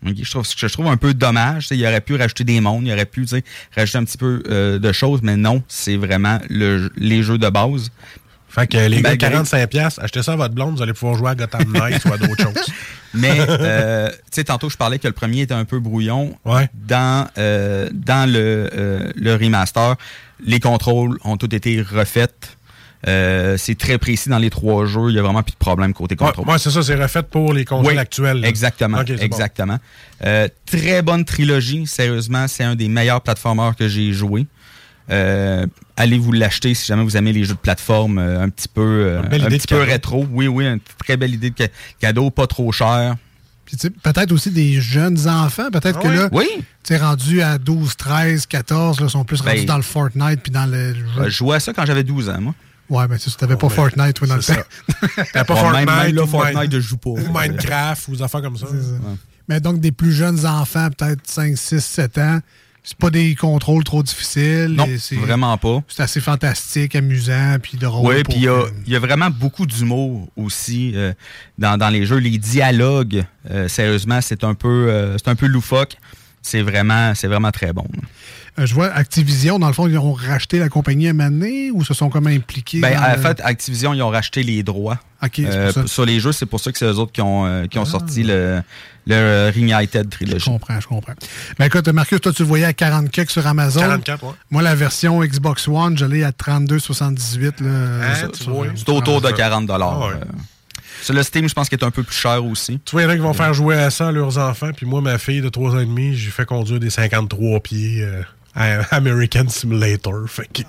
Okay, je trouve je trouve un peu dommage. Il aurait pu rajouter des mondes, il aurait pu rajouter un petit peu euh, de choses, mais non, c'est vraiment le, les jeux de base. Fait que les gars, quarante-cinq dollars, achetez ça à votre blonde, vous allez pouvoir jouer à Gotham Knights ou à d'autres choses. Mais, euh, tu sais, tantôt, je parlais que le premier était un peu brouillon. Ouais. Dans, euh, dans le, euh, le remaster, les contrôles ont tous été refaits. Euh, c'est très précis dans les trois jeux. Il n'y a vraiment plus de problème côté contrôle. Moi, ouais, c'est ça, c'est refait pour les consoles oui, actuelles. Là. Exactement. Okay, exactement. Bon. Euh, très bonne trilogie. Sérieusement, c'est un des meilleurs platformers que j'ai joué. Euh, allez vous l'acheter si jamais vous aimez les jeux de plateforme euh, un petit peu, euh, un petit peu rétro. Oui, oui, une très belle idée de cadeau, pas trop cher. Puis peut-être aussi des jeunes enfants, peut-être ah que oui. là, oui. tu es rendu à douze, treize, quatorze, là, sont plus ben, rendus dans le Fortnite puis dans le jeu. Je jouais à ça quand j'avais douze ans, moi. Ouais, ben tu t'avais oh, pas ben, Fortnite ou dans le temps. T'avais pas Fortnite, même, même là, ou Fortnite, Mine, je joue pas. Ou Minecraft, ou des affaires comme ça. ça. Ouais. Mais donc, des plus jeunes enfants, peut-être cinq, six, sept ans, c'est pas des contrôles trop difficiles. Non, vraiment pas. C'est assez fantastique, amusant, puis drôle. Oui, puis il y, y a vraiment beaucoup d'humour aussi euh, dans, dans les jeux. Les dialogues, euh, sérieusement, c'est un peu euh, c'est un peu loufoque. C'est vraiment, c'est vraiment très bon. Euh, je vois Activision, dans le fond, ils ont racheté la compagnie à un moment donné ou se sont comme impliqués? Ben, en le... fait, Activision, ils ont racheté les droits okay, euh, sur les jeux. C'est pour ça que c'est eux autres qui ont, euh, qui ont ah. sorti le, le Reunited Trilogy. Je comprends, je comprends. Ben écoute, Marcus, toi, tu le voyais à quarante quelques sur Amazon. quarante-quatre, ouais. Moi, la version Xbox One, je l'ai à trente-deux soixante-dix-huit. Là, hein, sur, tu sur, vois, c'est autour de quarante dollars. Ah ouais. euh. Sur le Steam, je pense qu'il est un peu plus cher aussi. Tu vois, il y en a qui vont faire jouer à ça à leurs enfants. Puis moi, ma fille de trois ans et demi, j'ai fait conduire des cinquante-trois pieds euh, à American Simulator. Fait que...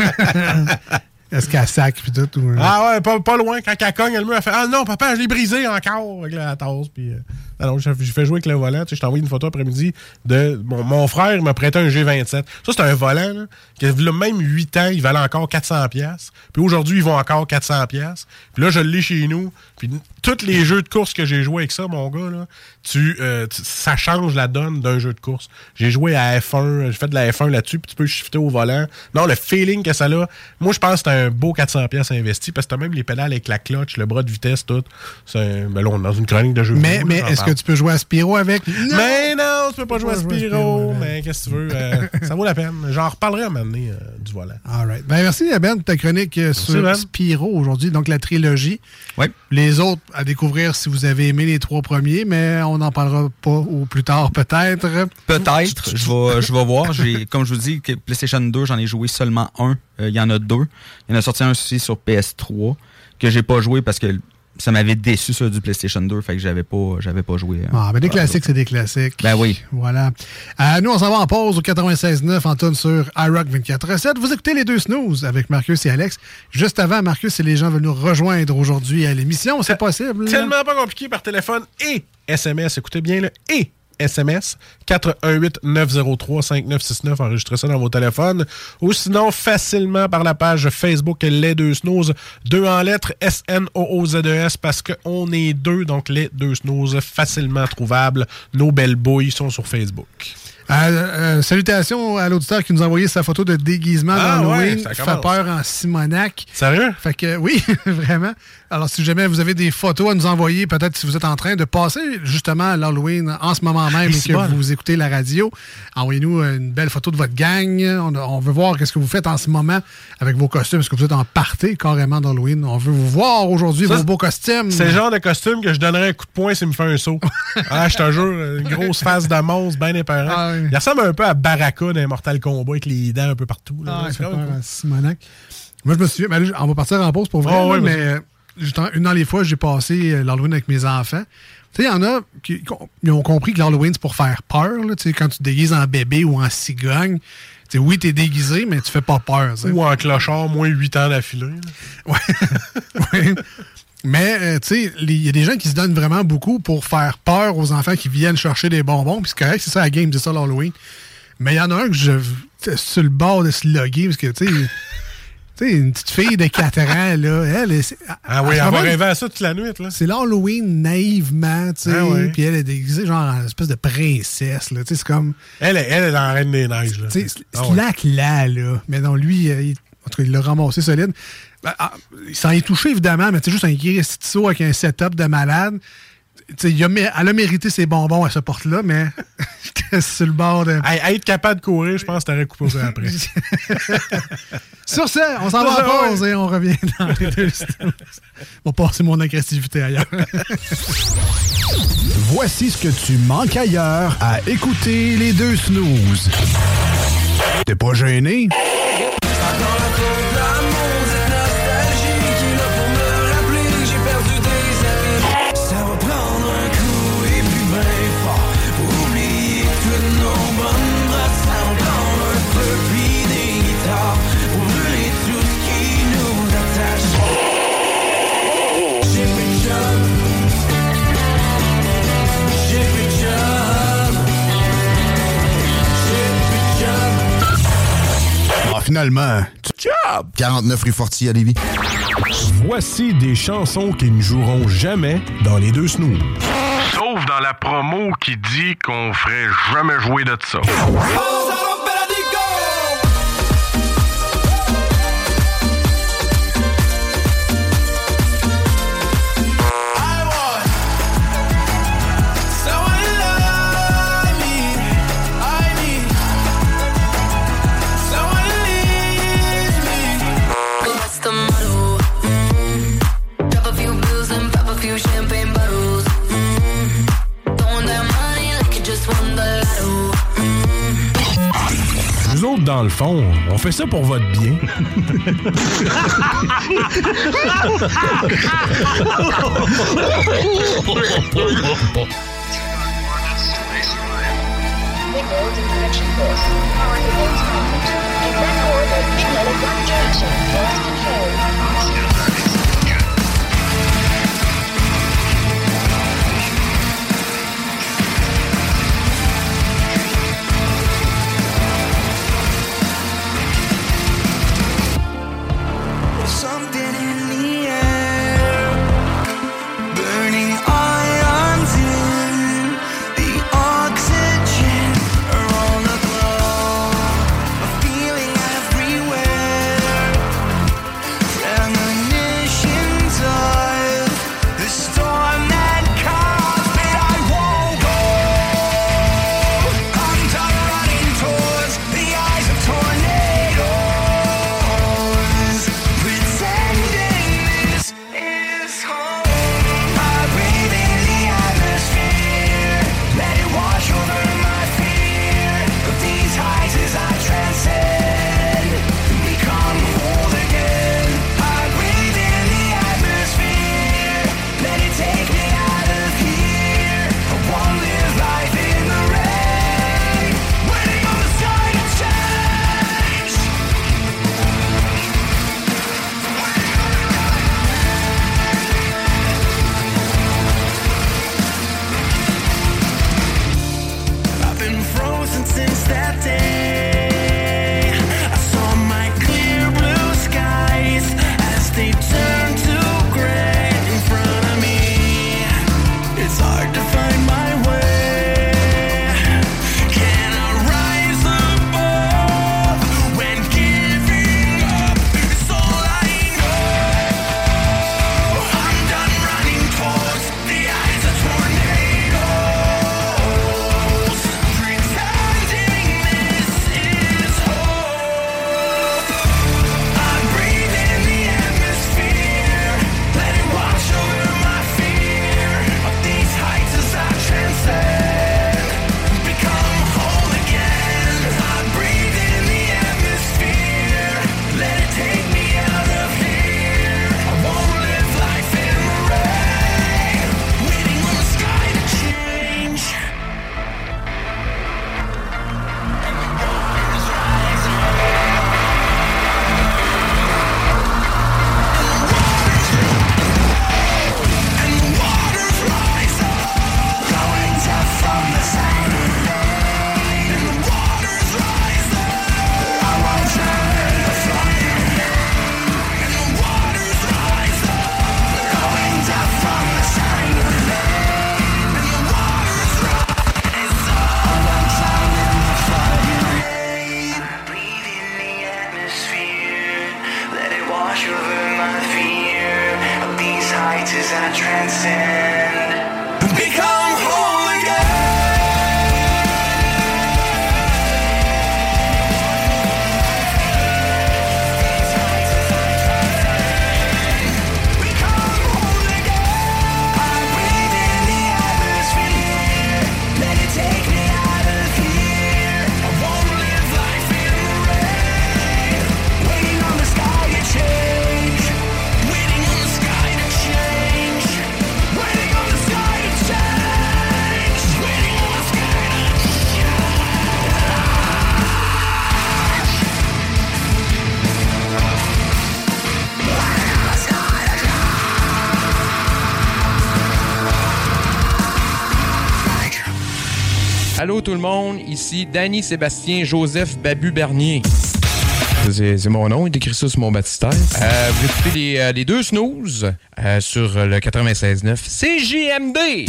Est-ce qu'elle sac puis tout? Ou... Ah ouais, pas, pas loin. Quand elle cogne, elle me fait « Ah non, papa, je l'ai brisé encore avec la tasse. » Puis, euh, alors, j'ai fait jouer avec le volant. Tu sais, je t'ai envoyé une photo après-midi de mon, mon frère m'a prêté un G vingt-sept. Ça, c'est un volant là, qui a même huit ans, il valait encore quatre cents dollars. Puis aujourd'hui, ils vont encore quatre cents dollars. Puis là, je l'ai chez nous. Puis tous les jeux de course que j'ai joué avec ça, mon gars, là, tu, euh, tu, ça change la donne d'un jeu de course. J'ai joué à F un, j'ai fait de la F un là-dessus, puis tu peux shifter au volant. Non, le feeling que ça a, moi, je pense que c'est un beau quatre cents dollars investi, parce que t'as même les pédales avec la clutch, le bras de vitesse, tout. C'est un, ben là, on est dans une chronique de jeu. Mais, mais est-ce que tu peux jouer à Spyro avec? Non! Mais non, tu peux pas jouer à Spyro, mais qu'est-ce que tu veux? Euh, ça vaut la peine. J'en reparlerai à un moment donné euh, du volant. All right. Ben, merci, Ben, de ta chronique euh, sur ben. Spyro aujourd'hui, donc la trilogie. Oui. Les autres à découvrir si vous avez aimé les trois premiers, mais on n'en parlera pas ou plus tard, peut-être. Peut-être. Je vais, je vais voir. J'ai, comme je vous dis, PlayStation deux, j'en ai joué seulement un. Il euh, y en a deux. Il y en a sorti un aussi sur P S trois que j'ai pas joué parce que ça m'avait déçu sur du PlayStation deux, fait que j'avais pas, j'avais pas joué. Hein. Ah, ben des classiques, c'est des classiques. Ben oui. Voilà. Euh, nous, on s'en va en pause au quatre-vingt-seize neuf en tonne sur iRock vingt-quatre sept. Vous écoutez les deux snooze avec Marcus et Alex. Juste avant, Marcus et les gens veulent nous rejoindre aujourd'hui à l'émission. C'est possible. Tellement là. Pas compliqué par téléphone et S M S. Écoutez bien, là, et S M S, quatre un huit neuf zéro trois cinq neuf six neuf, enregistrez ça dans vos téléphones. Ou sinon, facilement par la page Facebook Les Deux Snooze, deux en lettres, S N O O Z E S, parce qu'on est deux, donc Les Deux Snooze, facilement trouvables. Nos belles bouilles sont sur Facebook. Euh, euh, salutations à l'auditeur qui nous a envoyé sa photo de déguisement ah, d'Halloween. Ouais, ça fait peur en Simonac. Sérieux? Fait que oui, vraiment. Alors, si jamais vous avez des photos à nous envoyer, peut-être si vous êtes en train de passer justement à l'Halloween en ce moment même et que bon. Vous écoutez la radio, envoyez-nous une belle photo de votre gang. On, on veut voir qu'est-ce que vous faites en ce moment avec vos costumes. Est-ce que vous êtes en party carrément d'Halloween? On veut vous voir aujourd'hui, ça, vos beaux costumes. C'est le genre de costume que je donnerais un coup de poing s'il me fait un saut. Ah, je te jure, une grosse face de monstre bien épeurante. Ah, oui. Il ressemble un peu à Baraka d'un Mortal Kombat avec les dents un peu partout. Là. Ah, c'est peur à Simonac. Moi, je me souviens, ben, on va partir en pause pour vrai, oh, là, ouais, mais une dans les fois, j'ai passé l'Halloween avec mes enfants. Tu sais, il y en a qui, qui ont compris que l'Halloween, c'est pour faire peur. Là, quand tu te déguises en bébé ou en cigogne, t'sais, oui, t'es déguisé, mais tu fais pas peur. T'sais. Ou en clochard, moins huit ans d'affilée. Ouais. ouais. Mais, euh, tu sais, il y a des gens qui se donnent vraiment beaucoup pour faire peur aux enfants qui viennent chercher des bonbons. Puis c'est correct, c'est ça la game, c'est ça l'Halloween. Mais il y en a un que je sur le bord de se loguer parce que, tu sais... Tu sais, une petite fille de quatre ans, là, elle... elle ah oui, elle va rêver à ça toute la nuit, là. C'est l'Halloween naïvement, tu sais, ah ouais. Puis elle est déguisée genre en espèce de princesse, là, tu sais, c'est comme... Elle, elle est dans la Reine des Neiges, là. Tu sais, ah slack-là, là. Mais non, lui, il, en tout cas, il l'a ramassé solide. Ben, ah, il s'en est touché, évidemment, mais c'est juste un gris saut avec un setup de malade. il a, elle a mérité ses bonbons à ce porte-là, mais j'étais sur le bord de... Hey, être capable de courir, je pense que t'aurais coupé ça après. Sur ce, on s'en va à pause et on revient dans les deux snooze. On va passer mon agressivité ailleurs. Voici ce que tu manques ailleurs à écouter les deux snooze. T'es pas gêné? Finalement, job! quarante-neuf rue Fortier à Lévis. Voici des chansons qui ne joueront jamais dans les deux snooze. Sauf dans la promo qui dit qu'on ferait jamais jouer de ça. Nous autres, dans le fond, on fait ça pour votre bien. Something in the air, burning ions in the oxygen around the globe, a feeling everywhere, premonition. Allô tout le monde, ici Danny Sébastien Joseph Babu Bernier. C'est, c'est mon nom, il écrit ça sur mon baptistère. Euh, vous écoutez les, euh, les deux snooze euh, sur le quatre-vingt-seize neuf C J M D.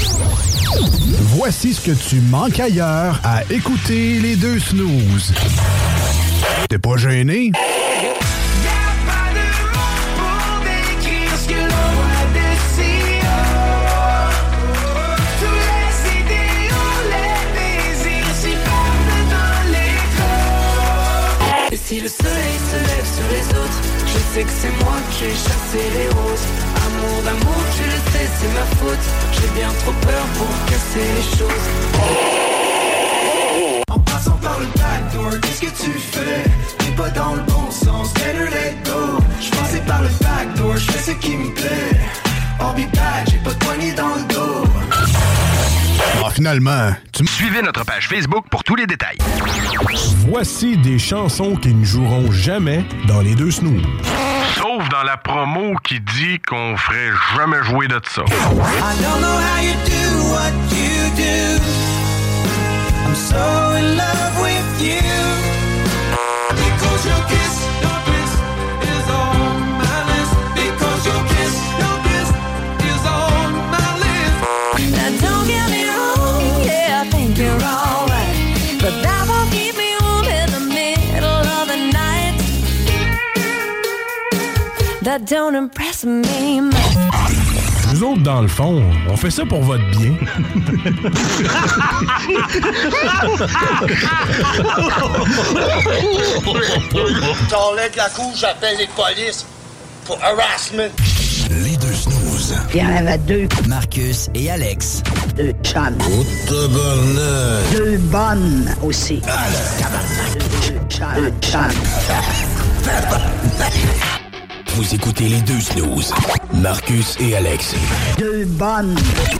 Voici ce que tu manques ailleurs à écouter les deux snooze. T'es pas gêné? Si le soleil se lève sur les autres, je sais que c'est moi qui ai chassé les roses. Amour d'amour, tu le sais, c'est ma faute. J'ai bien trop peur pour casser les choses. En passant par le backdoor, qu'est-ce que tu fais? T'es pas dans le bon sens, better let go. J'passais par le backdoor, j'fais ce qui me plaît. I'll be back, j'ai pas de poignée dans le dos. Ah, finalement, tu... Suivez notre page Facebook pour tous les détails. Voici des chansons qui ne joueront jamais dans les deux snooze. Sauf dans la promo qui dit qu'on ferait jamais jouer de ça. I don't know how you do what you do. I'm so in love with you. Because your kiss, your kiss is on my list. Because your kiss, your kiss is on my list. Now don't get me wrong, yeah, I think you're alright. But that won't keep me warm in the middle of the night. That don't impress me much. Nous autres, dans le fond, on fait ça pour votre bien. T'enlèves de la couche, j'appelle les polices pour harassment. Les deux snooze. Il y en avait deux. Marcus et Alex. Deux chums. Oh, tabarnak. Deux bonnes aussi. Ah, le tabarnak. Deux chums. Deux chums. Vous écoutez les deux snooze. Marcus et Alex. Deux bonnes.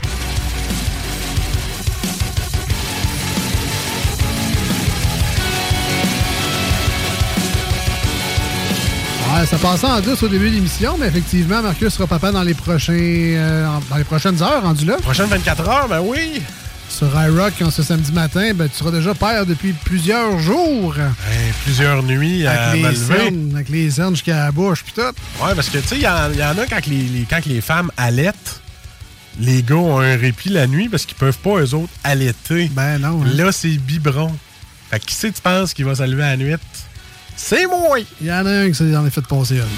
Ouais, ça passait en douce au début de l'émission, mais effectivement, Marcus sera papa dans les prochains, euh, dans les prochaines heures, rendu là. Prochaines vingt-quatre heures, ben oui. Sur iRock, en ce samedi matin, ben, tu seras déjà père depuis plusieurs jours. Hey, plusieurs nuits à avec me les lever. cernes, avec les cernes jusqu'à la bouche, pis tout. Ouais, parce que, tu sais, il y, y en a quand les, les, quand les femmes allaitent, les gars ont un répit la nuit parce qu'ils peuvent pas, eux autres, allaiter. Ben non. Hein. Là, c'est biberon. Fait que qui c'est, tu penses, qui va se lever à la nuit? C'est moi! Il y en a un qui s'en est fait passer une.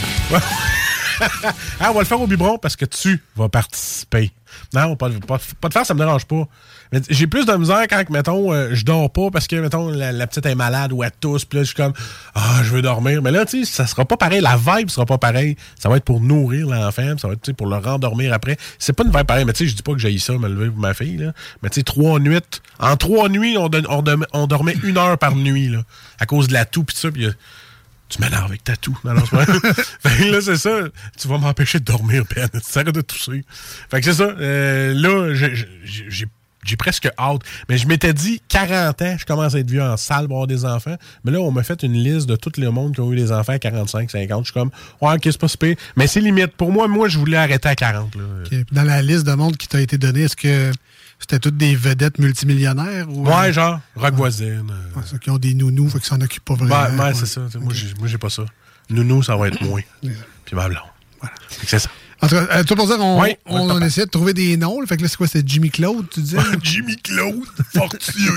Ah, on va le faire au biberon parce que tu vas participer. Non, pas, pas, pas de faire, ça me dérange pas. Mais j'ai plus de misère quand, mettons, euh, je dors pas parce que, mettons, la, la petite est malade ou elle tousse, puis là, je suis comme, ah, je veux dormir. Mais là, tu sais, ça sera pas pareil. La vibe sera pas pareille. Ça va être pour nourrir l'enfant, ça va être, tu sais, pour le rendormir après. C'est pas une vibe pareille. Mais tu sais, je dis pas que j'aille ça, me lever pour ma fille, là. Mais tu sais, trois nuits. En trois nuits, on, don, on, don, on dormait une heure par nuit, là. À cause de la toux, pis ça, pis tu m'énerves avec ta toux. Non, non, c'est pas... Fait que là, c'est ça. Tu vas m'empêcher de dormir, Ben. Tu s'arrêtes de tousser. Fait que c'est ça. Euh, là, j'ai, j'ai, j'ai presque hâte. Mais je m'étais dit, quarante ans, je commence à être vieux en salle pour avoir des enfants. Mais là, on m'a fait une liste de tout le monde qui ont eu des enfants à quarante-cinq, cinquante. Je suis comme, ouais, ok, c'est pas si pire. Mais c'est limite. Pour moi, moi, je voulais arrêter à quarante. Là. Okay. Dans la liste de monde qui t'a été donnée, est-ce que c'était toutes des vedettes multimillionnaires? Ou, ouais, euh... genre, rock voisine. Ouais, ceux qui ont des nounous, faut qu'ils s'en occupent pas vraiment. Ouais, ouais, ouais. c'est ça. Moi, okay. j'ai, moi, j'ai pas ça. Nounou, ça va être moins. Puis ma blonde. Voilà. C'est ça. En tout cas, euh, tout pour dire, on, oui, on, on essayait de trouver des noms. Là, fait que là, c'est quoi? C'est Jimmy Claude, tu disais? Jimmy Claude Fortier.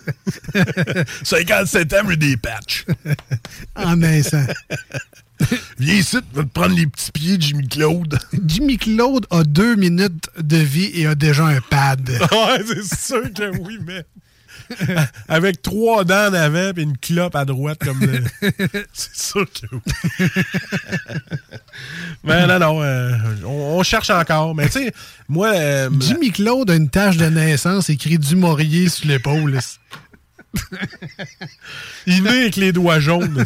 cinquante-sept ans, mais des patchs. En minçant. Viens ici, tu vas te prendre les petits pieds de Jimmy Claude. Jimmy Claude a deux minutes de vie et a déjà un pad. Ouais, c'est sûr que oui, mais... Avec trois dents en avant et une clope à droite comme le... C'est sûr que oui. Mais non, non, euh, on, on cherche encore. Mais tu sais, moi... Euh, Jimmy Claude a une tache de naissance écrit Dumouriez sur l'épaule. Il naît avec les doigts jaunes.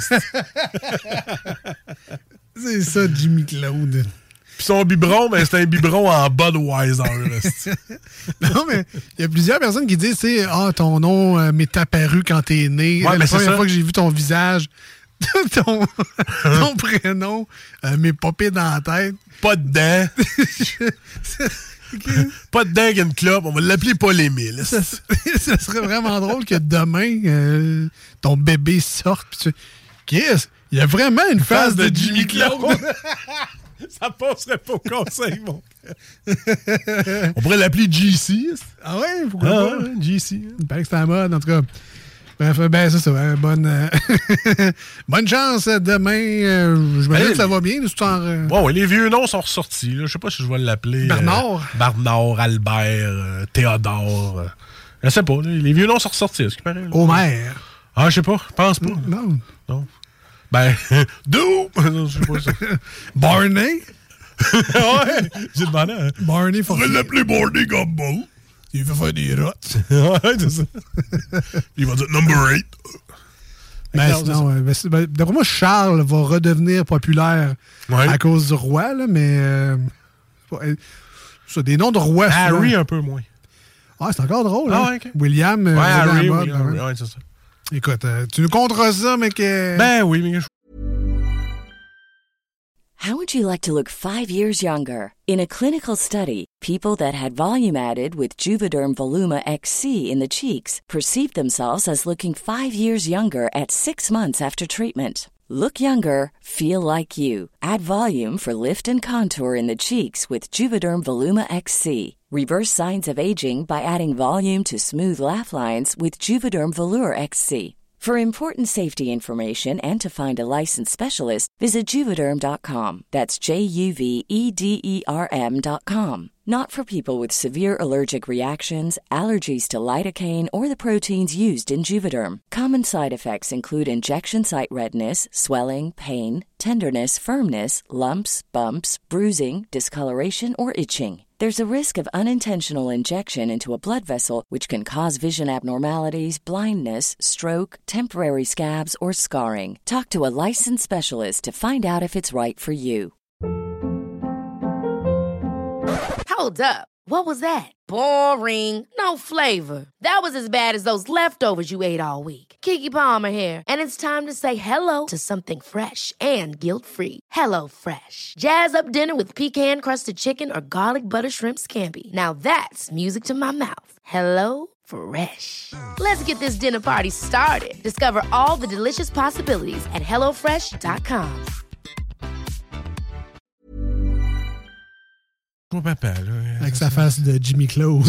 C'est ça, Jimmy Claude. Puis son biberon, ben, c'est un biberon en Budweiser. Non, mais il y a plusieurs personnes qui disent, c'est ah, ton nom euh, m'est apparu quand t'es né. Ouais, la mais première c'est ça. fois que j'ai vu ton visage, ton, ton prénom euh, m'est popé dans la tête. Pas de dents. Pas de dingue une club, on va l'appeler Paul Émile. Ça, ça serait vraiment drôle que demain, euh, ton bébé sorte. Pis tu... Qu'est-ce? Il y a vraiment une, une phase de, de Jimmy Claude. Ça passerait pas au conseil, mon gars. On pourrait l'appeler G C. Ah ouais? Pourquoi ah, pas? Ouais, G C. Il paraît que c'est en mode, en tout cas. Bref, ben c'est ça. Hein, bonne, euh, bonne chance demain. Euh, je me dis que ça va bien. L'histoire, euh... Bon, les vieux noms sont ressortis. Là. Je sais pas si je vais l'appeler. Bernard. Euh, Bernard, Albert, euh, Théodore. Euh, je sais pas. Les vieux noms sont ressortis. Est-ce qu'il paraît? Homer. Ah, je sais pas. Je pense pas. Non. Non. Ben, d'où? Je sais pas ça. Barney? Ouais, j'ai demandé. Hein. Barney, faut. On va l'appeler Barney Gumbo. Il va faire des rots. Ouais, c'est ça. Il va dire number eight. Ben, sinon, euh, ben, ben, d'après moi, Charles va redevenir populaire ouais. à cause du roi, là, mais. Euh, euh, ça, des noms de rois. Harry, souvent. Un peu moins. Ah, c'est encore drôle. Ah, hein? Okay. William. Ouais, euh, Harry, mode, William, hein. ouais, c'est ça. Écoute, euh, tu nous contres ça, mais que... Ben oui, mais... How would you like to look five years younger? In a clinical study, people that had volume added with Juvederm Voluma X C in the cheeks perceived themselves as looking five years younger at six months after treatment. Look younger, feel like you. Add volume for lift and contour in the cheeks with Juvederm Voluma X C. Reverse signs of aging by adding volume to smooth laugh lines with Juvederm Volure X C. For important safety information and to find a licensed specialist, visit Juvederm dot com. That's J U V E D E R M dot com. Not for people with severe allergic reactions, allergies to lidocaine, or the proteins used in Juvederm. Common side effects include injection site redness, swelling, pain, tenderness, firmness, lumps, bumps, bruising, discoloration, or itching. There's a risk of unintentional injection into a blood vessel, which can cause vision abnormalities, blindness, stroke, temporary scabs, or scarring. Talk to a licensed specialist to find out if it's right for you. Hold up. What was that? Boring. No flavor. That was as bad as those leftovers you ate all week. Keke Palmer here, and it's time to say hello to something fresh and guilt-free. Hello Fresh. Jazz up dinner with pecan-crusted chicken or garlic butter shrimp scampi. Now that's music to my mouth. Hello Fresh. Let's get this dinner party started. Discover all the delicious possibilities at hello fresh dot com. Mon papa, là. Avec sa face de Jimmy Claude.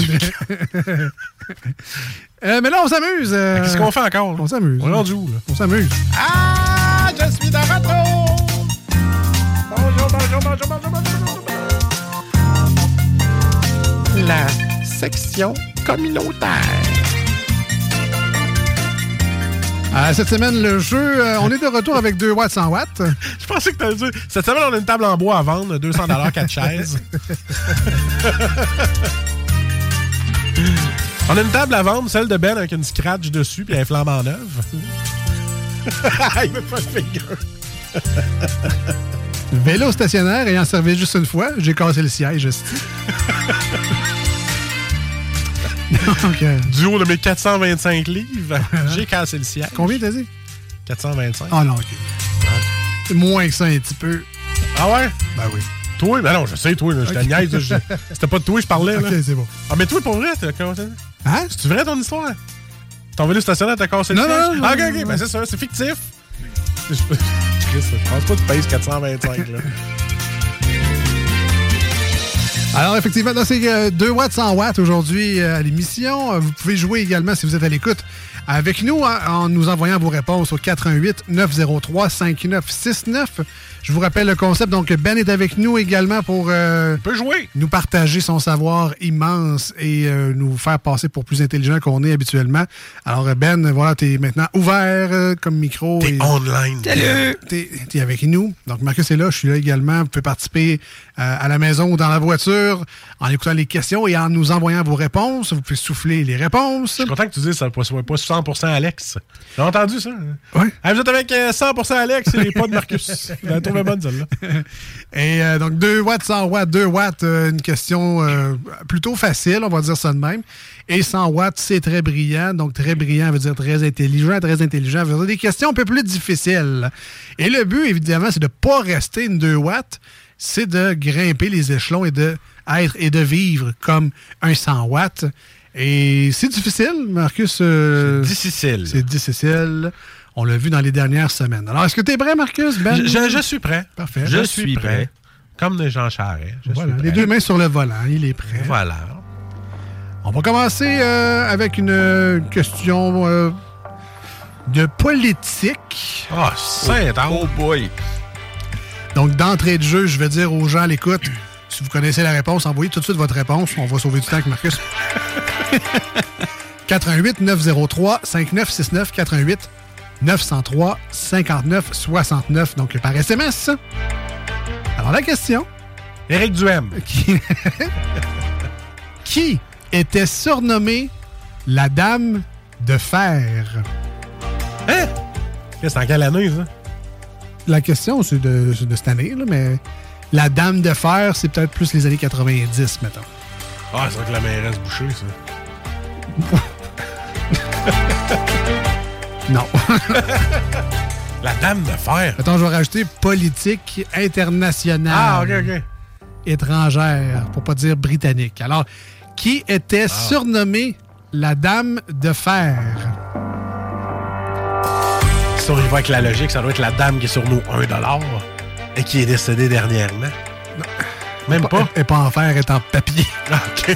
euh, mais là, on s'amuse. Euh... Qu'est-ce qu'on fait encore? On s'amuse. On est rendu où, là? On s'amuse. Ah, je suis de retour! Bonjour, bonjour, bonjour, bonjour, bonjour, bonjour. La section communautaire. Euh, cette semaine, le jeu, euh, on est de retour avec deux watts, cent watts. Je pensais que tu allais dire, cette semaine, on a une table en bois à vendre, deux cents dollars, quatre chaises. On a une table à vendre, celle de Ben avec une scratch dessus, puis un flambant neuve. Il veut pas de figure. Vélo stationnaire ayant servi juste une fois, j'ai cassé le siège. Donc, euh... du haut de mes quatre cent vingt-cinq livres, j'ai cassé le siège. Combien t'as dit? quatre cent vingt-cinq. Ah non, OK. C'est moins que ça un petit peu. Ah ouais? Ben oui. Toi? Ben non, je sais, toi, je te niaise. Je... C'était pas de toi que je parlais. OK, là. C'est bon. Ah, mais toi, pour vrai, t'as cassé... Hein? C'est-tu vrai ton histoire? Ton vélo stationnaire, t'as cassé le non, siège? Non, non, ah, OK, non, OK, non. ben c'est ça, c'est fictif. Je pense pas que tu pèses quatre cent vingt-cinq, là. Alors, effectivement, là, c'est euh, deux watts, cent watts aujourd'hui euh, à l'émission. Vous pouvez jouer également, si vous êtes à l'écoute, avec nous hein, en nous envoyant vos réponses au quatre un huit, neuf zéro trois, cinq neuf six neuf. Je vous rappelle le concept. Donc, Ben est avec nous également pour euh, peut jouer. nous partager son savoir immense et euh, nous faire passer pour plus intelligent qu'on est habituellement. Alors, Ben, voilà, t'es maintenant ouvert euh, comme micro. T'es et, online. Salut! T'es, t'es avec nous. Donc, Marcus est là, je suis là également. Vous pouvez participer euh, à la maison ou dans la voiture en écoutant les questions et en nous envoyant vos réponses. Vous pouvez souffler les réponses. Je suis content que tu dises ça ne soit pas cent pour cent Alex. J'ai entendu ça. Oui. Hey, vous êtes avec cent pour cent Alex et pas de Marcus. Vous avez trouvé bonne, celle-là. Et euh, donc, deux watts, cent watts, deux watts, euh, une question euh, plutôt facile, on va dire ça de même. Et cent watts, c'est très brillant. Donc, très brillant veut dire très intelligent. Très intelligent veut dire des questions un peu plus difficiles. Et le but, évidemment, c'est de ne pas rester une deux watts. C'est de grimper les échelons et de être et de vivre comme un cent watts. Et c'est difficile, Marcus. Euh, c'est difficile. C'est difficile. On l'a vu dans les dernières semaines. Alors, est-ce que tu es prêt, Marcus? Ben, je, je, je suis prêt. Parfait. Je, je suis prêt. prêt. Comme Jean Charest. Je voilà, suis les deux mains sur le volant. Il est prêt. Voilà. On va commencer euh, avec une question euh, de politique. Oh, c'est oh, oh boy. Donc, d'entrée de jeu, je vais dire aux gens à l'écoute, si vous connaissez la réponse, envoyez tout de suite votre réponse. On va sauver du temps avec Marcus. quatre un huit neuf zéro trois cinq neuf six neuf, quatre un huit neuf zéro trois cinquante-neuf soixante-neuf, donc par S M S. Alors, la question. Éric Duhem. Qui, qui était surnommée la Dame de Fer? Hein? C'est en quelle année, ça? La question, c'est de, c'est de cette année, là, mais la Dame de Fer, c'est peut-être plus les années quatre-vingt-dix, mettons. Ah, c'est vrai que la mairesse Boucher, ça. Non. La Dame de Fer. Attends, je vais rajouter politique internationale. Ah, OK, OK. Étrangère, pour pas dire britannique. Alors, qui était ah. surnommée la Dame de Fer? Si on y va avec la logique, ça doit être la dame qui est sur nos un dollar et qui est décédée dernièrement. Non. Même pas? Elle n'est pas en fer, elle est en papier. OK.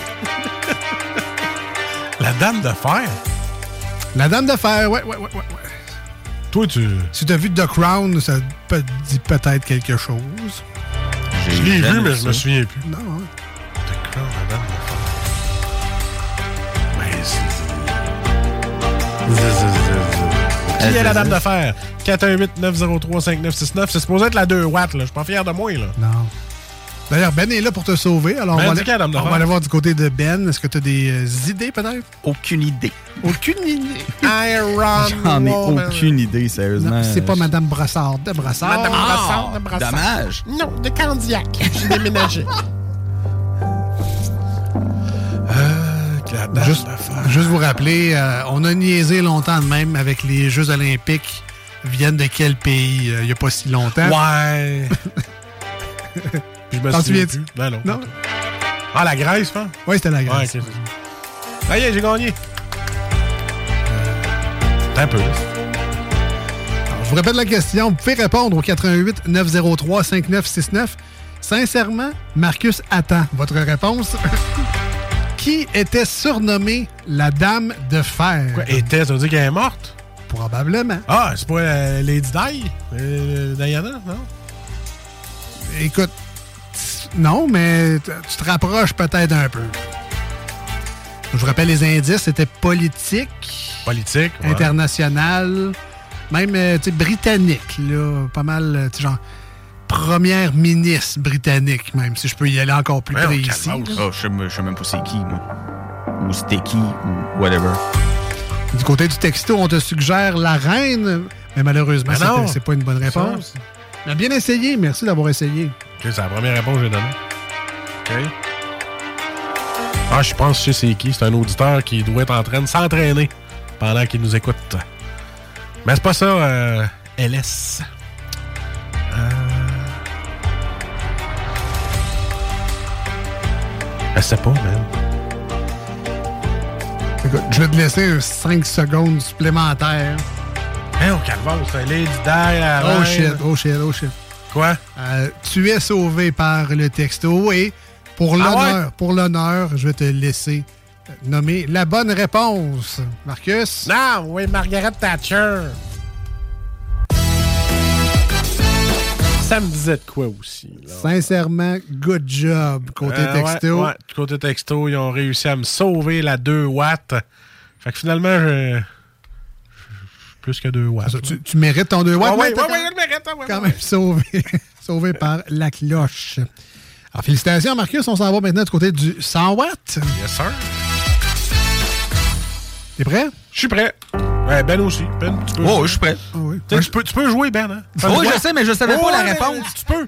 La Dame de Fer? La Dame de Fer, ouais, ouais, ouais, ouais. Toi, tu... Si tu as vu The Crown, ça te dit peut-être quelque chose. Je l'ai vu, mais je me souviens plus. Non, hein? The Crown, la Dame de Fer. Mais c'est... Qui est la Dame de Fer? quatre un huit neuf zéro trois cinq neuf six neuf. C'est supposé être la deux watts, là. Je suis pas fier de moi, là. Non. D'ailleurs, Ben est là pour te sauver. Alors, ben, on, va, aller, on va aller voir du côté de Ben. Est-ce que tu as des euh, idées, peut-être? Aucune idée. Aucune idée. Iron J'en ai aucune idée, sérieusement. Non, c'est pas Madame Brossard de Brossard. Madame ah, Brossard de Brossard. Dommage. Non, de Candiac. J'ai déménagé. euh, juste, juste vous rappeler, euh, on a niaisé longtemps de même avec les Jeux olympiques. Viennent de quel pays il n'y a pas si longtemps? Ouais. Je me souviens plus. Ben non. non. Ah, la Grèce, hein? Oui, c'était la Grèce. Ouais, okay. Ça y est, j'ai gagné. Euh, un peu. Alors, je vous répète la question. Vous pouvez répondre au quatre un huit neuf zéro trois cinq neuf six neuf. Sincèrement, Marcus attend votre réponse. Qui était surnommée la Dame de Fer? Quoi, était? Ça veut dire qu'elle est morte? Probablement. Ah, c'est pas euh, Lady Di? Euh, Diana, non? Écoute, non, mais tu te rapproches peut-être un peu. Je vous rappelle les indices, c'était politique. Politique, ouais. International. Même, tu sais, britannique, là. Pas mal, tu sais, genre, première ministre britannique, même, si je peux y aller encore plus ouais, précis. Oh, je sais même pas c'est qui, moi. Ou c'était qui, ou whatever. Du côté du texto, on te suggère la reine, mais malheureusement, mais c'est pas une bonne réponse. Ça, mais bien essayé, merci d'avoir essayé. OK, c'est la première réponse que j'ai donnée. OK. Ah, je pense que je sais c'est qui. C'est un auditeur qui doit être en train de s'entraîner pendant qu'il nous écoute. Mais c'est pas ça, euh, L S. Euh... Je sais pas, man. Écoute, je vais te laisser cinq secondes supplémentaires. Hein, au calvaire, c'est Lady Di. Oh shit, oh shit, oh shit. Quoi? Euh, tu es sauvé par le texto et pour l'honneur, ah ouais? pour l'honneur, je vais te laisser nommer la bonne réponse. Marcus? Non, oui, Margaret Thatcher. Ça me disait de quoi aussi? Là. Sincèrement, good job. Côté euh, texto. Ouais, ouais, côté texto, ils ont réussi à me sauver la deux watts. Fait que finalement, je... plus que deux watts. Ça, tu, tu mérites ton deux watts? Ah, oui, oui, oui, je le mérite. Ouais, quand ouais. même sauvé. sauvé par la cloche. Alors, félicitations, Marcus. On s'en va maintenant du côté du cent watts. Yes, sir. T'es prêt? Je suis prêt. Ouais, Ben aussi. Ben, tu peux oh, jouer. je suis prêt. Oh, oui. Ouais, tu, peux, tu peux jouer, Ben. Hein? Oh, je sais, mais je savais oh, pas la réponse. Tu peux.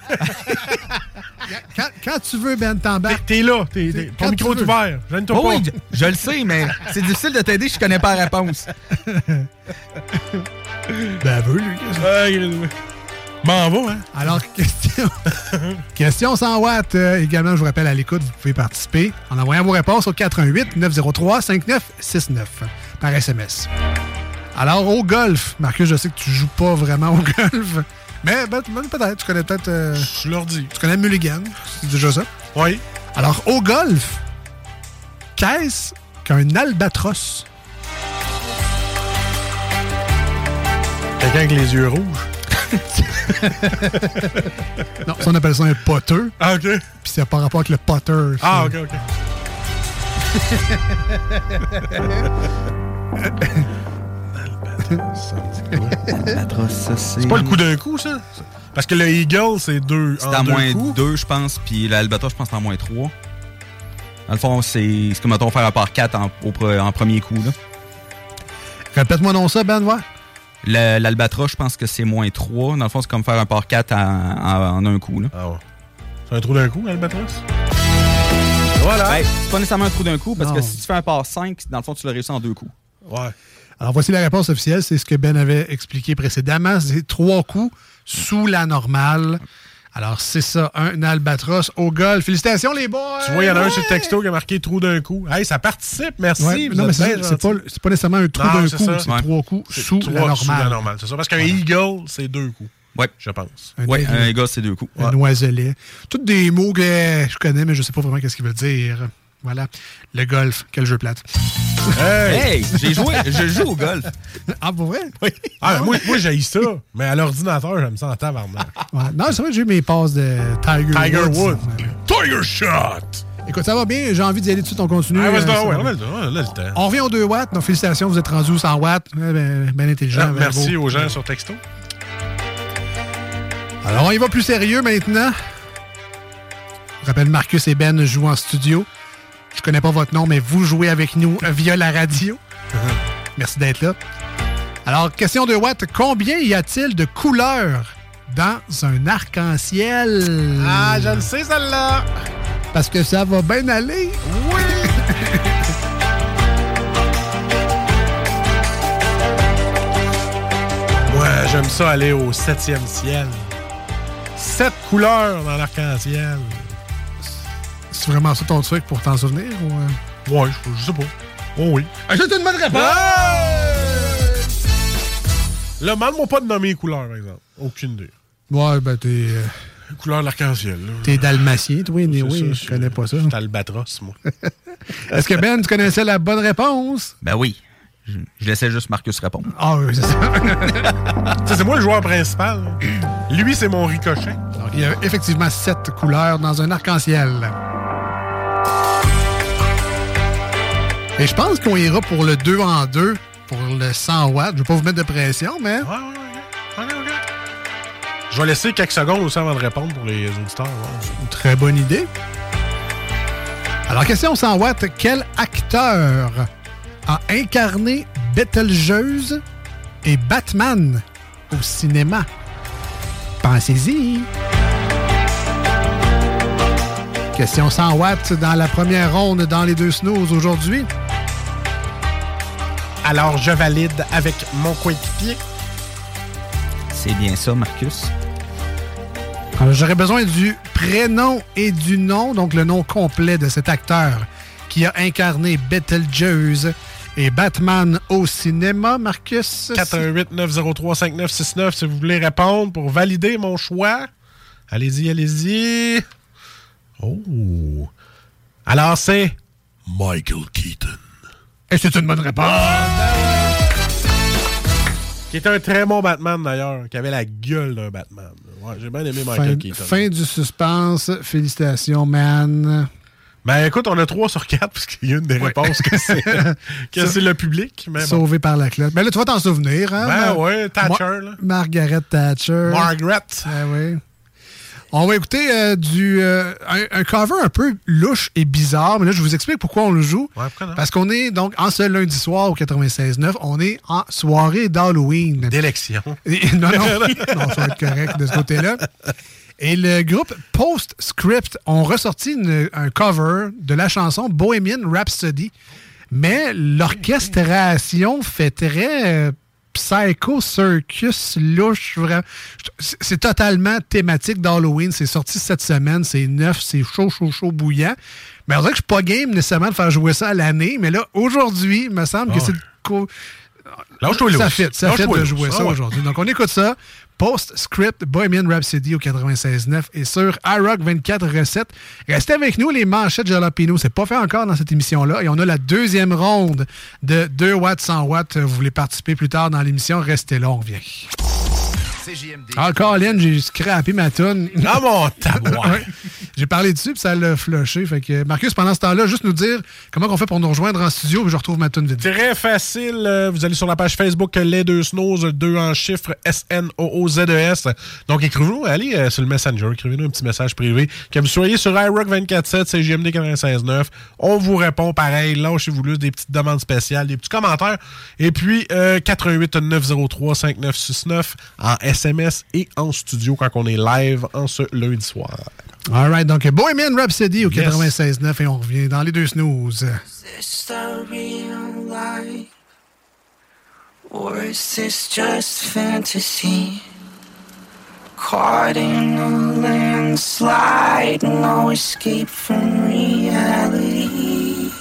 quand, quand tu veux, Ben, t'embarques. T'es, t'es là. T'es, t'es, ton micro est ouvert. Gêne-toi oh, pas. Oui, je, je le sais, mais c'est difficile de t'aider si je connais pas la réponse. Ben, veux, lui. Ouais, M'en va, hein? Alors, question, question cent watts. Euh, également, je vous rappelle, à l'écoute, vous pouvez participer en envoyant vos réponses au quatre un huit neuf zéro trois cinq neuf six neuf par S M S. Alors, au golf, Marcus, je sais que tu joues pas vraiment au golf, mais ben, peut-être, tu connais peut-être... Euh, je leur dis. Tu connais Mulligan, c'est déjà ça? Oui. Alors, au golf, qu'est-ce qu'un albatros? Quelqu'un avec les yeux rouges. Non, ça on appelle ça un potter. Ah, OK. Puis c'est par rapport avec le potter. Ah, OK, OK. Albatros, ça, c'est... C'est pas le coup d'un coup, ça? Parce que le Eagle, c'est deux. C'est à moins deux, je pense, puis l'Albatros, je pense, c'est à moins trois. Dans le fond, c'est comme, mettons, faire un par quatre en, au, en premier coup, là. Répète-moi non ça, Ben, voir. L'Albatros, je pense que c'est moins trois. Dans le fond, c'est comme faire un par quatre en, en, en un coup, là. Ah ouais. C'est un trou d'un coup, l'Albatros? Voilà. Ben, c'est pas nécessairement un trou d'un coup, parce non. que si tu fais un par cinq, dans le fond, tu l'as réussi en deux coups. Ouais. Alors, voici la réponse officielle. C'est ce que Ben avait expliqué précédemment. C'est trois coups sous la normale. Alors, c'est ça, un albatros au golf. Félicitations, les boys! Tu vois, il y en a ouais. un sur le texto qui a marqué trou d'un coup. Hey, ça participe, merci. Ouais, non, mais c'est, c'est, pas, c'est pas nécessairement un trou non, d'un c'est coup, ça. c'est ouais. trois coups c'est sous, trois la normale. sous la normale. C'est ça, parce qu'un ouais. Eagle, c'est deux coups. Oui, je pense. Un, ouais, un Eagle, c'est deux coups. Un ouais. noiselet. Tous des mots que je connais, mais je sais pas vraiment qu'est-ce qu'ils veulent dire. Voilà. Le golf, quel jeu plate. Hey! hey j'ai joué, je joue au golf. Ah, pour vrai? Oui. Ah, ah, moi, moi j'haïs ça, mais à l'ordinateur, j'aime ça en tabarnak. Ouais. Non, c'est vrai que j'ai eu mes passes de Tiger, Tiger Woods. Woods. Tiger Shot! Écoute, ça va bien. J'ai envie d'y aller tout de suite. On continue. Ah, ouais, euh, ouais, on a le temps. On a le temps. On revient aux deux watts. Donc, félicitations, vous êtes rendus aux cent watts. Ben, ben intelligent. Ah, merci beau. aux gens sur texto. Alors, on y va plus sérieux maintenant. Je rappelle, Marcus et Ben jouent en studio. Je connais pas votre nom, mais vous jouez avec nous via la radio. Merci d'être là. Alors, question de watts. Combien y a-t-il de couleurs dans un arc-en-ciel? Ah, je le sais, celle-là! Parce que ça va bien aller. Oui! Moi, j'aime ça aller au septième ciel. Sept couleurs dans l'arc-en-ciel. C'est vraiment ça ton truc pour t'en souvenir? Ou... Ouais, je, je sais pas. Oh oui. Ah, je te demande réponse! Là, demande-moi pas de nommer les couleurs, par exemple. Aucune idée. Ouais, ben t'es... Euh... Couleur de l'arc-en-ciel. Là. T'es dalmatien, toi, mais oui, ça, je connais pas ça. Je suis albatros, moi. Est-ce que Ben, tu connaissais la bonne réponse? Ben oui. Je, je laissais juste Marcus répondre. Ah oui, c'est ça. ça, c'est moi le joueur principal. Lui, c'est mon ricochet. Donc, il y a effectivement sept couleurs dans un arc-en-ciel. Et je pense qu'on ira pour le deux en deux, pour le cent watts. Je vais pas vous mettre de pression, mais... Ouais, ouais, ouais. Okay, okay. Je vais laisser quelques secondes aussi avant de répondre pour les auditeurs. Ouais. Une très bonne idée. Alors, question cent watts. Quel acteur a incarné Betelgeuse et Batman au cinéma? Pensez-y. Question cent watts dans la première ronde dans les deux snooze aujourd'hui. Alors, je valide avec mon coéquipier. C'est bien ça, Marcus. Alors, j'aurais besoin du prénom et du nom, donc le nom complet de cet acteur qui a incarné Betelgeuse et Batman au cinéma, Marcus. quatre un huit neuf zéro trois cinq neuf six neuf si vous voulez répondre pour valider mon choix. Allez-y, allez-y. Oh. Alors, c'est Michael Keaton. Et c'est une bonne réponse. Qui était un très bon Batman, d'ailleurs, qui avait la gueule d'un Batman. Ouais, j'ai bien aimé Michael fin, Keaton. Fin du suspense. Félicitations, man. Ben écoute, on a trois sur quatre parce qu'il y a une des ouais. réponses que c'est que c'est le public. Mais Sauvé bon. par la clotte. Ben là, tu vas t'en souvenir, hein? Ben ouais, Thatcher. Mar- là. Margaret Thatcher. Margaret. Ben oui. On va écouter euh, du euh, un, un cover un peu louche et bizarre, mais là, je vous explique pourquoi on le joue. Ouais, pourquoi non? Parce qu'on est donc en ce lundi soir au quatre-vingt-seize neuf, on est en soirée d'Halloween. D'élection. Et, non, non, non, ça va être correct de ce côté-là. Et le groupe Postscript ont ressorti une, un cover de la chanson Bohemian Rhapsody, mais l'orchestration fait très... Euh, Psycho Circus louche. Vraiment. C'est totalement thématique d'Halloween. C'est sorti cette semaine. C'est neuf. C'est chaud, chaud, chaud, bouillant. Mais on dirait que je suis pas game nécessairement de faire jouer ça à l'année. Mais là, aujourd'hui, il me semble oh que ouais. c'est... Co- Lâche-toi ça lousse. fait, ça fait de jouer ah ça ouais. aujourd'hui. Donc, on écoute ça. Post-script Bohemian Rhapsody au quatre-vingt-seize neuf et sur iRock vingt-quatre Recettes. Restez avec nous, les manchettes Jalapeno. C'est pas fait encore dans cette émission-là. Et on a la deuxième ronde de deux watts, cent watts. Vous voulez participer plus tard dans l'émission? Restez là, on revient. Ah, Colin, j'ai scrappé ma toune. Ah mon tabouin! J'ai parlé dessus, puis ça l'a flushé. Fait que, Marcus, pendant ce temps-là, juste nous dire comment on fait pour nous rejoindre en studio, puis je retrouve ma toune vidéo. Très facile. Vous allez sur la page Facebook Les Deux Snooze, deux en chiffres, S N O O Z E S. Donc, écrivez-nous, allez euh, sur le Messenger, écrivez-nous un petit message privé. Que vous soyez sur iRock vingt-quatre sept, C J M D quatre-vingt-seize neuf. On vous répond pareil. Lâchez-vous là des petites demandes spéciales, des petits commentaires. Et puis, euh, quatre un huit neuf zéro trois cinq neuf six neuf en S M S et en studio quand on est live en ce lundi soir. All right, donc Bohemian Rhapsody au yes. quatre-vingt-seize neuf et on revient dans les deux snooze. Is this the real life? Or is this just fantasy? Caught in a landslide, no escape from reality.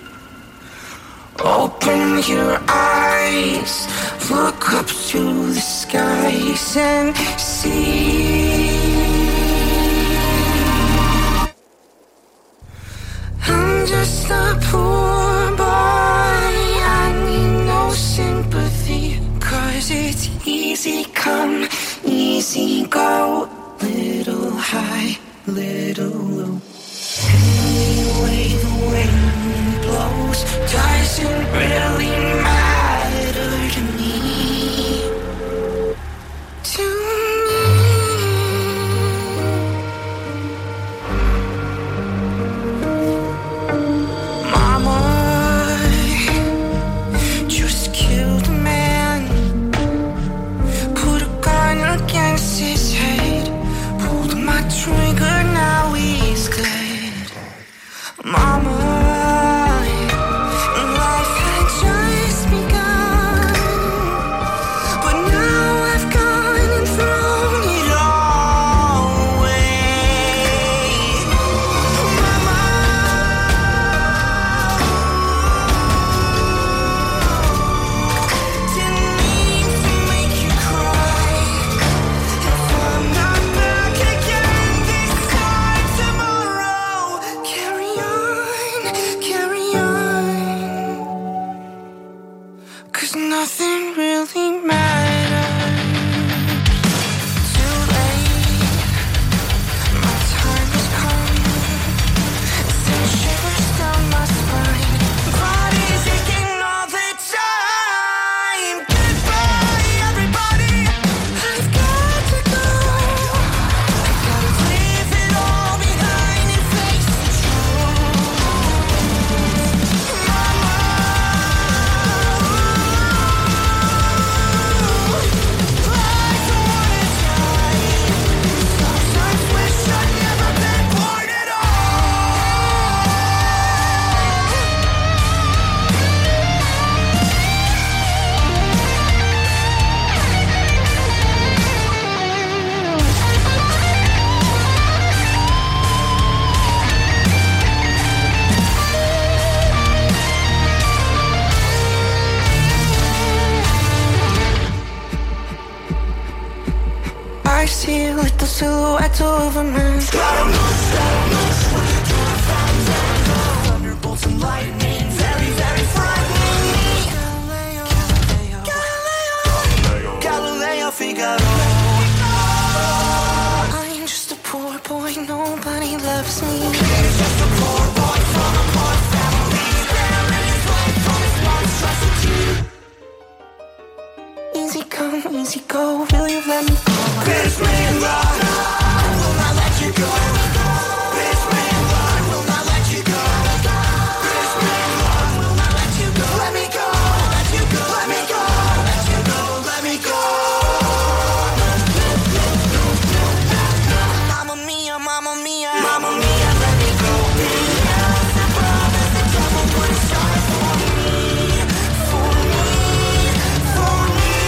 Open your eyes, look up to the skies and see. I'm just a poor boy, I need no sympathy, 'cause it's easy come, easy go, little high, little low. Anyway the wind blows doesn't really matter to me, to trigger, now he's good. Mama, life had just begun, but now I've gone and thrown it all away. Mama, didn't mean to make you cry. If I'm not back again nothing really matters. Too late, my time has come. Send shivers down my spine. Body's aching all the time. Goodbye, everybody. I've got to go. I've got to leave it all behind and face the truth. Mama. I see a little silhouette of a man. Thunderbolts and lightning, very, very frightening. Galileo, Galileo, Galileo Figaro. I'm just a poor boy, nobody loves me. He's just a poor boy from a poor family. There is life from his monstrosity. Easy come, easy go, will you let me go? Kiss me and run, I will not let you go. Kiss me and run, will not let you go. Kiss me and run, will not let you go. Let me go, let you go, let me go, let you go, let me go. Mamma mia, mamma mia, mamma mia, let me go. Beelzebub is the devil, put a star for me, for me, for me.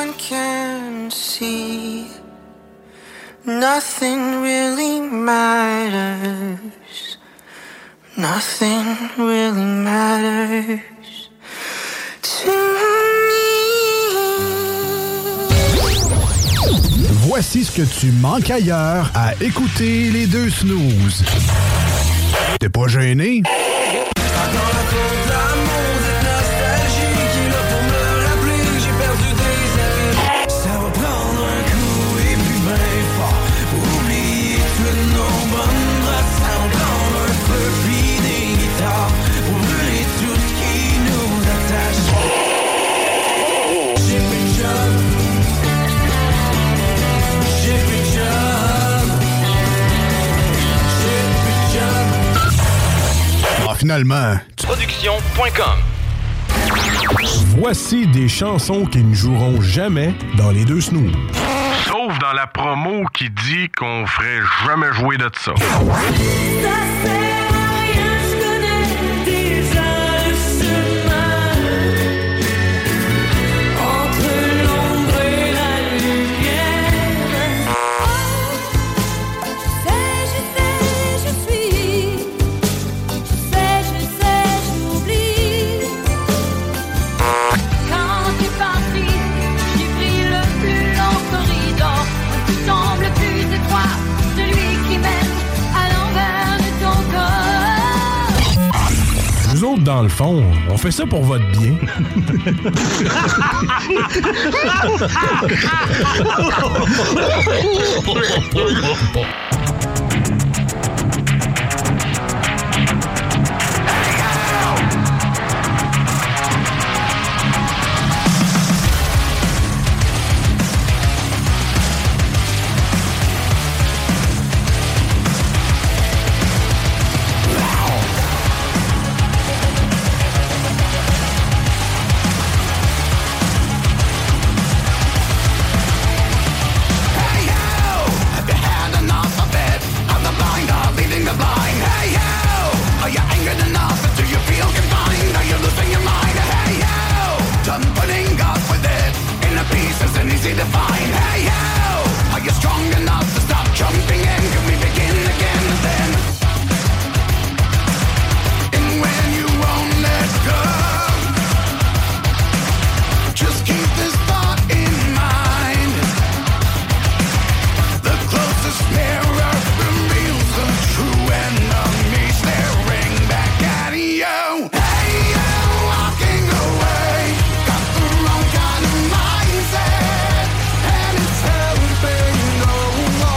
one can see. Nothing really matters. Nothing really matters to me. Voici ce que tu manques ailleurs à écouter les deux snooze. T'es pas gêné? Finalement. Production point com. Voici des chansons qui ne joueront jamais dans les deux snooze. Sauf dans la promo qui dit qu'on ferait jamais jouer de ça. Nous autres, dans le fond, on fait ça pour votre bien. Hey,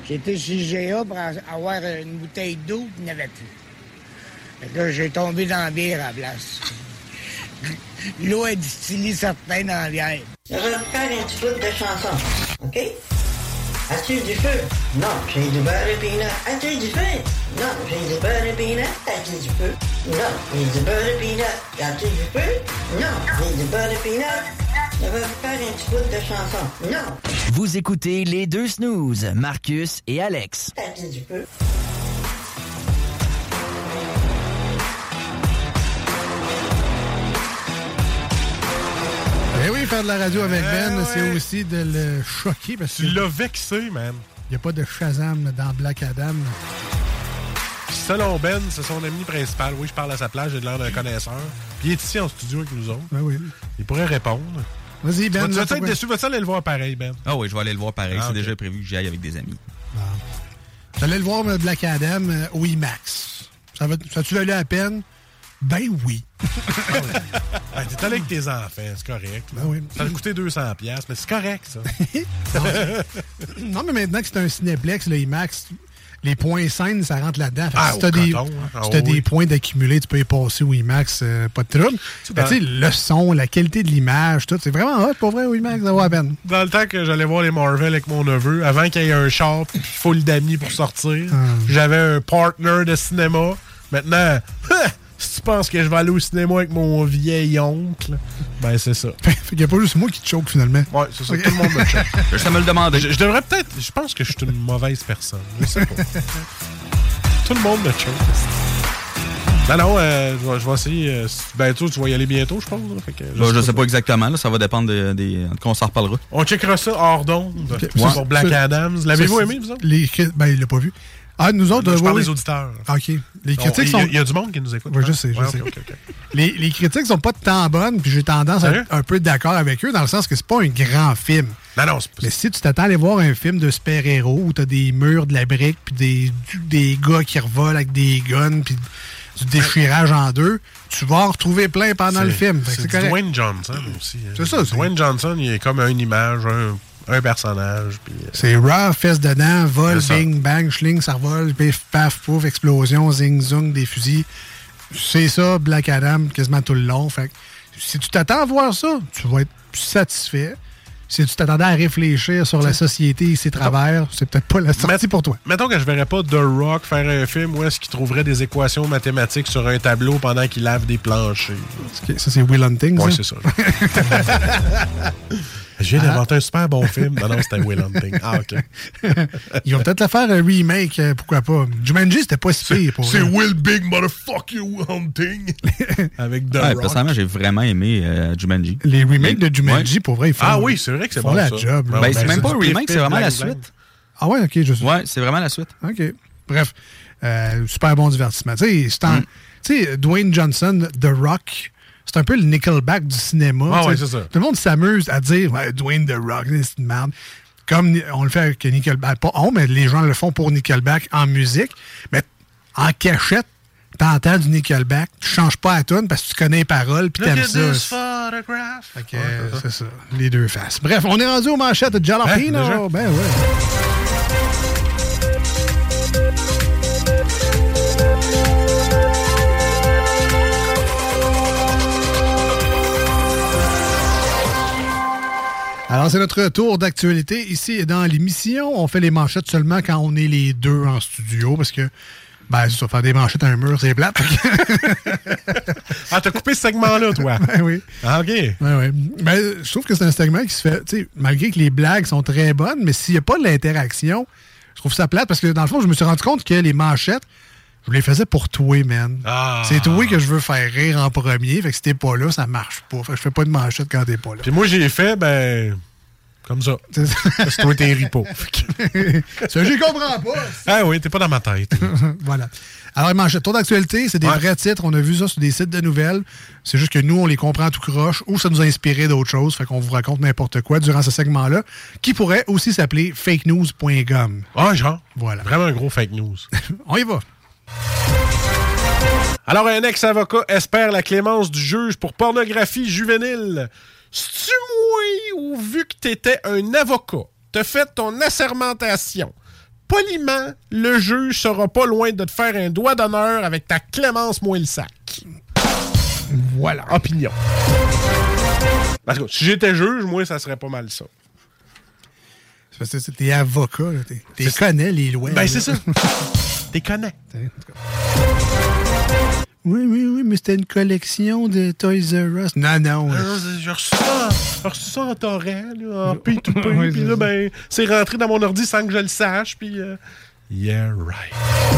J'ai été chez I G A pour avoir une bouteille d'eau, puis il n'y en avait plus. Fait que là, j'ai tombé dans la bière à la place. L'eau est distillée certains dans la bière. Je vais vous faire un petit bout de chanson, OK? As-tu du feu? Non, j'ai du beurre et peanut. As-tu du feu? Non, j'ai du beurre et peanut. As-tu du feu? Non, j'ai du beurre et peanut. As-tu du feu? Non, j'ai du beurre et peanut. Je vais vous faire un petit bout de chanson. Non. Vous écoutez les deux snooze, Marcus et Alex. As-tu du feu? Eh oui, faire de la radio avec Ben, euh, c'est ouais. aussi de le choquer. Parce tu l'as vexé, man. Il n'y a pas de Shazam dans Black Adam. Selon Ben, c'est son ami principal. Oui, je parle à sa place, j'ai de l'air d'un connaisseur. Puis il est ici en studio avec nous autres. Ben oui. Il pourrait répondre. Vas-y, Ben. Tu vas être déçu, vas-tu aller le voir pareil, Ben? Ah oui, je vais aller le voir pareil. Ah, c'est okay. déjà prévu que j'y aille avec des amis. Ah. J'allais le voir, Black Adam, euh, au IMAX. Ça, va, ça tu valait la peine? Ben oui. Ben, t'es allé avec tes enfants, c'est correct. Ben oui. Ça a coûté deux cents dollars, mais c'est correct, ça. Non, mais maintenant que c'est un Cinéplex, le IMAX, les points scènes, ça rentre là-dedans. Ah, si t'as des, coton, hein? si t'as ah, des oui. points d'accumuler, tu peux y passer au IMAX, euh, pas de trouble. Tu dans... sais, le son, la qualité de l'image, tout, c'est vraiment hot, pour vrai, au IMAX, ça vaut la peine. Dans le temps que j'allais voir les Marvel avec mon neveu, avant qu'il y ait un char full d'amis pour sortir, ah. j'avais un partner de cinéma. Maintenant, si tu penses que je vais aller au cinéma avec mon vieil oncle, ben c'est ça. Fait qu'il n'y a pas juste moi qui te choque finalement. Ouais, c'est ça. Okay. Tout le monde me choque. Ça me le demandait. Je, je devrais peut-être. Je pense que je suis une mauvaise personne. Je sais pas. Tout le monde me choque. Non, non, euh, je, vais, je vais essayer. Euh, ben, toi, tu vas y aller bientôt, je pense. Là, fait que, je, là, sais je pas sais pas exactement. Là, ça va dépendre des. De, de, on s'en reparlera. On checkera ça hors d'onde. Okay. Ouais. Pour Black ça, Adams. L'avez-vous ça, aimé, vous autres? Les, ben, il l'a pas vu. Ah, nous autres, là, je euh, parle oui, des auditeurs. OK. Les critiques il, sont. Il y a du monde qui nous écoute. Oui, je sais, je ouais, sais. Okay, okay, okay. Les, les critiques sont pas tant bonnes, puis j'ai tendance à être un peu d'accord avec eux, dans le sens que c'est pas un grand film. Non, non, c'est pas... Mais si tu t'attends à aller voir un film de super-héros où t'as des murs, de la brique, puis des, des gars qui revolent avec des guns, puis du déchirage en deux, tu vas en retrouver plein pendant c'est, le film. C'est, c'est correct. Dwayne Johnson aussi. Hein. C'est ça. C'est... Dwayne Johnson, il est comme une image, un... un personnage. Puis, euh... c'est raw, fesses dedans, vol, bing, bang, schling, ça revole, pif, paf, pouf, explosion, zing, zung, des fusils. C'est ça, Black Adam, quasiment tout le long. Fait que, si tu t'attends à voir ça, tu vas être satisfait. Si tu t'attendais à réfléchir sur la société et ses travers, c'est peut-être pas la sortie pour toi. Mettons que je verrais pas The Rock faire un film où est-ce qu'il trouverait des équations mathématiques sur un tableau pendant qu'il lave des planchers. Ça, c'est Will Hunting, Oui, ça? c'est ça. Je viens d'inventer ah. un super bon film. Non, non, c'était Will Hunting. Ah, OK. Ils vont peut-être le faire un remake, euh, pourquoi pas. Jumanji, c'était pas si pire pour C'est Will Big Motherfucker Hunting. Avec The ouais, Rock. Personnellement, j'ai vraiment aimé euh, Jumanji. Les remakes de Jumanji, ouais. pour vrai, ils font, ah oui, c'est vrai que c'est bon, la ça. job. Ben, ben, c'est même pas un remake, c'est vraiment la suite. Ah ouais, OK, je sais. Ouais, c'est vraiment la suite. OK. Bref, euh, super bon divertissement. Tu sais, mm. tu sais, Dwayne Johnson, The Rock... C'est un peu le Nickelback du cinéma. Ah ouais, c'est ça. Tout le monde s'amuse à dire ouais, Dwayne The Rock, c'est une merde. Comme on le fait avec Nickelback. Pas on, mais les gens le font pour Nickelback en musique. Mais en cachette, t'entends du Nickelback, tu changes pas la tune parce que tu connais les paroles puis t'aimes ça. Fait que, ouais, c'est ça. Les deux faces. Bref, on est rendu aux manchettes de Jalapeno. Hein, ben ouais. Alors, c'est notre tour d'actualité ici dans l'émission. On fait les manchettes seulement quand on est les deux en studio parce que, ben, ça, faire des manchettes à un mur, c'est plate. Ah, t'as coupé ce segment-là, toi? Ben oui. Ah, OK. Ben oui. Ben, je trouve que c'est un segment qui se fait, tu sais, malgré que les blagues sont très bonnes, mais s'il n'y a pas de l'interaction, je trouve ça plate parce que, dans le fond, je me suis rendu compte que les manchettes, je les faisais pour toi, man. Ah. C'est toi que je veux faire rire en premier. Fait que si t'es pas là, ça marche pas. Fait que je fais pas de manchette quand t'es pas là. Puis moi, j'ai fait, ben... Comme ça. Parce que toi, t'es ripo. Ça, j'y comprends pas. Ah oui, t'es pas dans ma tête. Voilà. Alors, manchette, tour d'actualité, c'est des ouais. vrais titres. On a vu ça sur des sites de nouvelles. C'est juste que nous, on les comprend tout croche ou ça nous a inspiré d'autres choses. Fait qu'on vous raconte n'importe quoi durant ce segment-là, qui pourrait aussi s'appeler fake news point com. Ah, genre. Voilà. Vraiment un gros fake news. On y va. Alors, un ex-avocat espère la clémence du juge pour pornographie juvénile. C'est-tu moi ou vu que t'étais un avocat, t'as fait ton assermentation, poliment, le juge sera pas loin de te faire un doigt d'honneur avec ta clémence moins le sac. Voilà. Opinion. Parce que si j'étais juge, moi, ça serait pas mal ça. C'est parce que t'es avocat, là. T'es, t'es connais les lois. Ben, là. c'est ça. T'es connais. Oui, oui, oui, mais c'était une collection de Toys R Us. Non, non. Ah, j'ai reçu ça, j'ai reçu ça en torrent, là, en P deux P, puis là, ben, c'est rentré dans mon ordi sans que je le sache, puis... Euh... Yeah, right.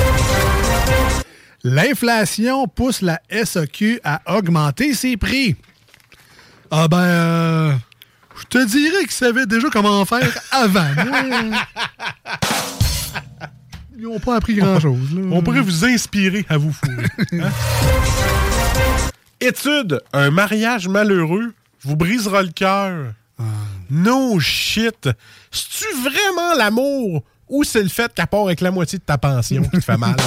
L'inflation pousse la S A Q à augmenter ses prix. Ah ben, euh, je te dirais qu'ils savaient déjà comment faire avant. Moi, ils n'ont pas appris grand-chose. Là. On pourrait vous inspirer à vous fourrer. Hein? Étude, un mariage malheureux vous brisera le cœur. Ah. No shit. C'est-tu vraiment l'amour ou c'est le fait qu'à part avec la moitié de ta pension qui te fait mal?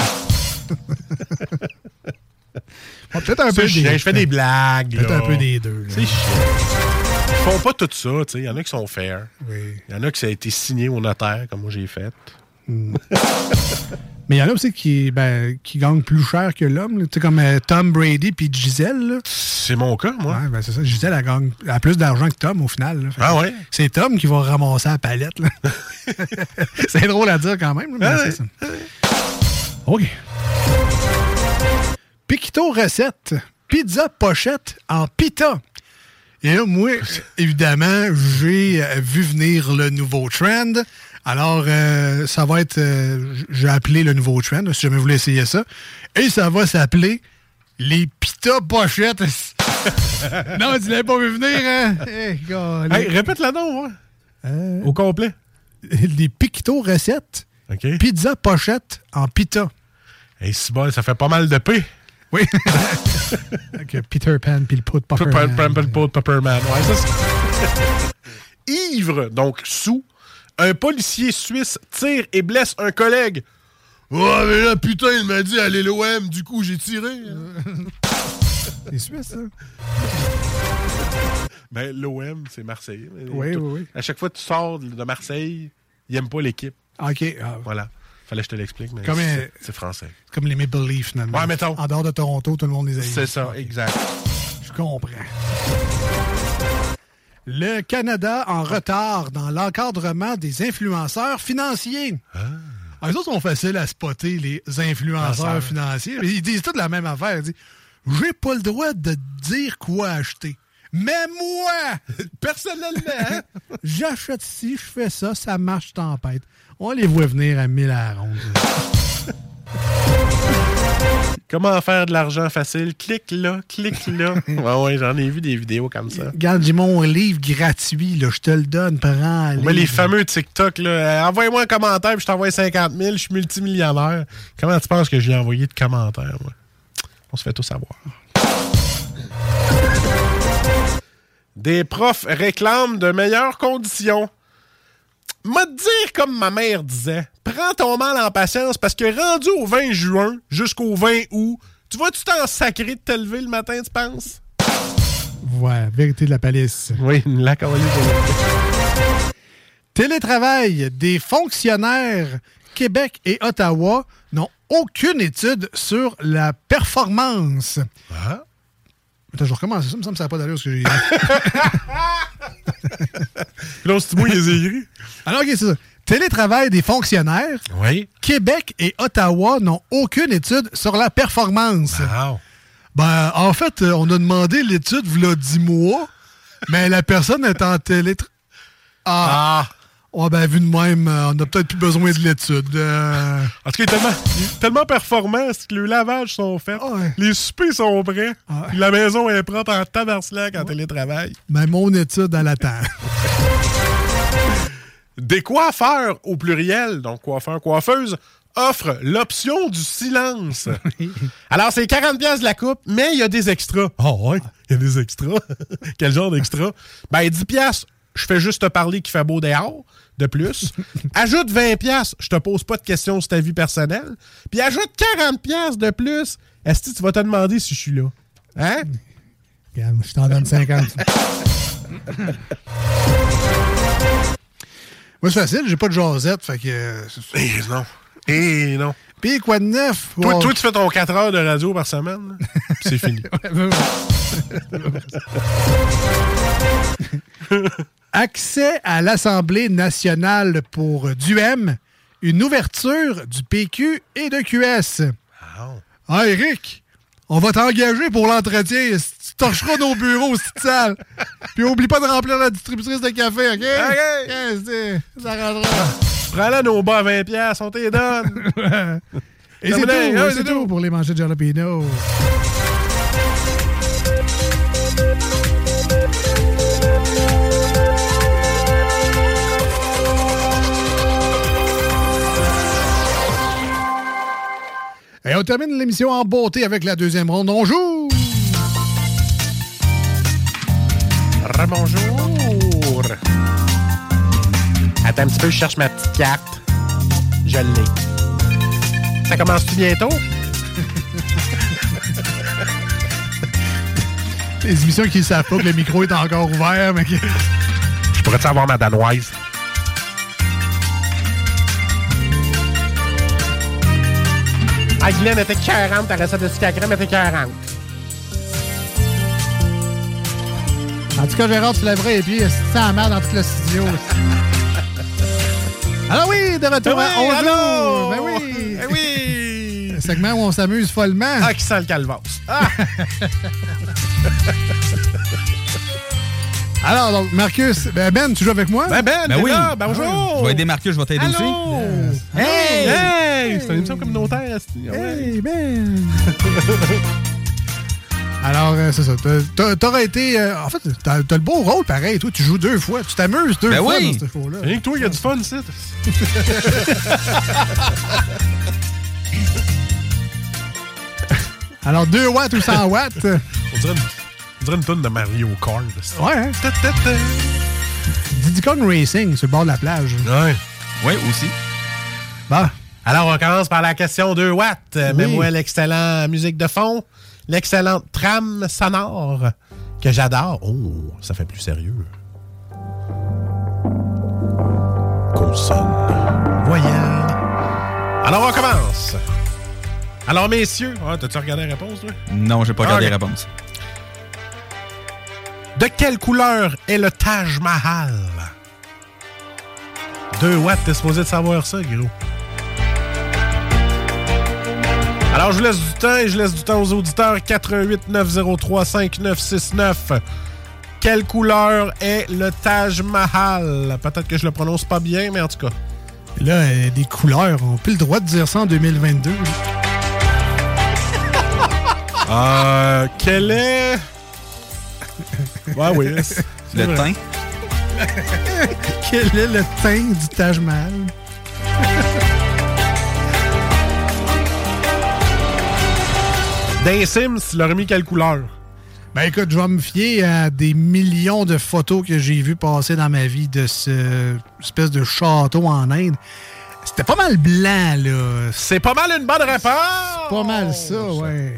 Bon, peut-être un peu des Je fais des blagues. Peut-être là. un peu des deux. C'est chiant. Ils font pas tout ça. Il y en a qui sont fair. Il oui. y en a qui ça a été signé au notaire, comme moi j'ai fait. Mm. Mais il y en a aussi qui, ben, qui gagnent plus cher que l'homme. Tu sais, comme euh, Tom Brady puis Gisèle. Là. C'est mon cas, moi. Ouais, ben c'est ça. Gisèle, elle gagne elle a plus d'argent que Tom au final. Là. Ah ouais? C'est Tom qui va ramasser la palette. Là. C'est drôle à dire quand même. Là, mais ah c'est ouais. ça. OK. Piquito recette. Pizza pochette en pita. Et là, moi, évidemment, j'ai vu venir le nouveau trend. Alors, euh, ça va être... Euh, j'ai appelé le nouveau trend, si jamais vous voulez essayer ça. Et ça va s'appeler les pita pochettes. Non, tu l'avais pas vu venir, hein? Hey, God, hey, répète-la donc, ouais. euh, Au complet. Les Piquito recettes. OK. Pizza pochette en pita. Hey, c'est bon, ça fait pas mal de P. Oui. Avec Peter Pan puis le pot de Pepperman. Pan, le pot de Pepperman. Ouais, ça, c'est... Ivre, donc sous, un policier suisse tire et blesse un collègue. Oh, mais là, putain, il m'a dit aller l'O M, du coup, j'ai tiré. C'est suisse, ça? Ben, l'O M, c'est Marseille. Oui, tout, oui, oui. À chaque fois que tu sors de Marseille, ils n'aiment pas l'équipe. OK. Ah. Voilà. Fallait que je te l'explique, mais comme c'est, un, c'est français. Comme les Maple Leafs, finalement. Ouais, mettons. En dehors de Toronto, tout le monde les a. C'est ça, okay. Exact. Je comprends. Le Canada en retard dans l'encadrement des influenceurs financiers. Ah. Alors, les autres sont faciles à spotter, les influenceurs ah, financiers. Ils disent toutes la même affaire. Ils disent, j'ai pas le droit de dire quoi acheter. Mais moi, personnellement, j'achète ci, je fais ça, ça marche tempête. On les voit venir à mille à la ronde. Comment faire de l'argent facile? Clique là, clique là. Ouais, ouais, j'en ai vu des vidéos comme ça. Regarde, j'ai mon livre gratuit, là, je te le donne, prends. Mais les fameux TikTok, là, euh, envoie-moi un commentaire puis je t'envoie cinquante mille, je suis multimillionnaire. Comment tu penses que j'ai envoyé de commentaires, moi? On se fait tout savoir. Des profs réclament de meilleures conditions. M'a dire comme ma mère disait, prends ton mal en patience parce que rendu au vingt juin jusqu'au vingt août, tu vas-tu t'en sacrer de te lever le matin, tu penses? Ouais, vérité de la palisse. Oui, la colline. Télétravail des fonctionnaires Québec et Ottawa n'ont aucune étude sur la performance. Ah? Attends, je recommence. Ça me semble que ça n'a pas d'allure ce que j'ai dit. Là, c'est moi qui les ai écrits. Alors, OK, c'est ça. Télétravail des fonctionnaires. Oui. Québec et Ottawa n'ont aucune étude sur la performance. Wow. Ben, en fait, on a demandé l'étude v'là dix mois, mais la personne est en télétravail. Ah! ah. Oh, ben, vu de même, on a peut-être plus besoin de l'étude. Euh... En tout cas, il est tellement, il est tellement performant, c'est que les lavages sont faits, oh, ouais. Les soupers sont prêts, oh, ouais. La maison est propre en tabarnak en oh. télétravail. Ben, mon étude, elle attend. Des coiffeurs au pluriel, donc coiffeurs, coiffeuses, offrent l'option du silence. Alors, c'est quarante dollars de la coupe, mais il y a des extras. Oh, ouais, il y a des extras. Quel genre d'extras? Ben, dix dollars. Je fais juste te parler qu'il fait beau dehors, de plus. Ajoute vingt dollars, je te pose pas de questions sur ta vie personnelle. Puis ajoute quarante dollars de plus, est-ce que tu vas te demander si je suis là? Hein? Regarde, je t'en donne cinquante. Moi, c'est facile, j'ai pas de jasette, fait que... Euh, Et non. Et non. Puis quoi de neuf? Toi, Wow. toi, tu fais ton quatre heures de radio par semaine, puis c'est fini. Accès à l'Assemblée nationale pour D U M, une ouverture du P Q et de Q S. Oh. Ah, Eric, on va t'engager pour l'entretien. Tu torcheras nos bureaux, c'est sale. Puis oublie pas de remplir la distributrice de café, OK? OK. Okay, ça rendra. Prends-la nos bas à vingt piastres, on t'y donne. Et c'est tout, hein, c'est tout pour les manchettes de Jalapeno. Et on termine l'émission en beauté avec la deuxième ronde. On joue! Rebonjour! Attends un petit peu, je cherche ma petite carte. Je l'ai. Ça commence-tu bientôt? Les émissions qui ne savent pas que le micro est encore ouvert, mais qui... Je pourrais-tu avoir ma danoise? Ah, Guylaine était quarante, ta recette de sucre à crème était quarante. En tout cas, Gérard, tu lèverais les pieds, c'est en merde dans tout le studio. Alors oui, de retour Oui, à On allô? joue! Ben oui! Ben oui! Un segment où on s'amuse follement. Ah, qui sent le calvasse. Ah! Alors, donc, Marcus, ben, Ben, tu joues avec moi? Ben, Ben, Ben t'es oui. là, bonjour! Je vais aider Marcus, je vais t'aider aussi. Allô? Hey! Hey! C'est une émission communautaire, esti. Hey, Ben! Alors, euh, c'est ça. T'as- t'as- T'aurais été... euh, en fait, t'as t'as le beau rôle, pareil. Toi, tu joues deux fois. Tu t'amuses deux Ben fois oui. dans ce show-là. Rien que toi, il y a du fun, ici. Alors, deux watts ou cent watts? On dirait une, on dirait une tonne de Mario Kart. esti. Ouais, hein? Diddy Kong Racing sur le bord de la plage. Ouais. Oui, aussi. Bon. Alors, on commence par la question deux watts. Euh, Oui. Mets-moi l'excellent musique de fond, l'excellente trame sonore que j'adore. Oh, ça fait plus sérieux. Consonne. Voyelle. Alors, on commence. Alors, messieurs, ah, t'as-tu regardé la réponse, toi? Non, j'ai pas regardé Ah, la ok. réponse. De quelle couleur est le Taj Mahal? deux watts, t'es supposé de savoir ça, gros. Alors, je vous laisse du temps et je laisse du temps aux auditeurs. quatre un huit neuf zéro trois cinq neuf six neuf. Quelle couleur est le Taj Mahal? Peut-être que je le prononce pas bien, mais en tout cas. Là, euh, des couleurs. On peut le droit de dire ça en deux mille vingt-deux. Euh, quel est... Ouais, oui. c'est Le vrai. teint. Quel est le teint du Taj Mahal? Dans les Sims, tu l'aurais mis quelle couleur? Ben écoute, je vais me fier à des millions de photos que j'ai vues passer dans ma vie de ce espèce de château en Inde. C'était pas mal blanc, là. C'est pas mal une bonne réponse! C'est pas mal ça, ouais.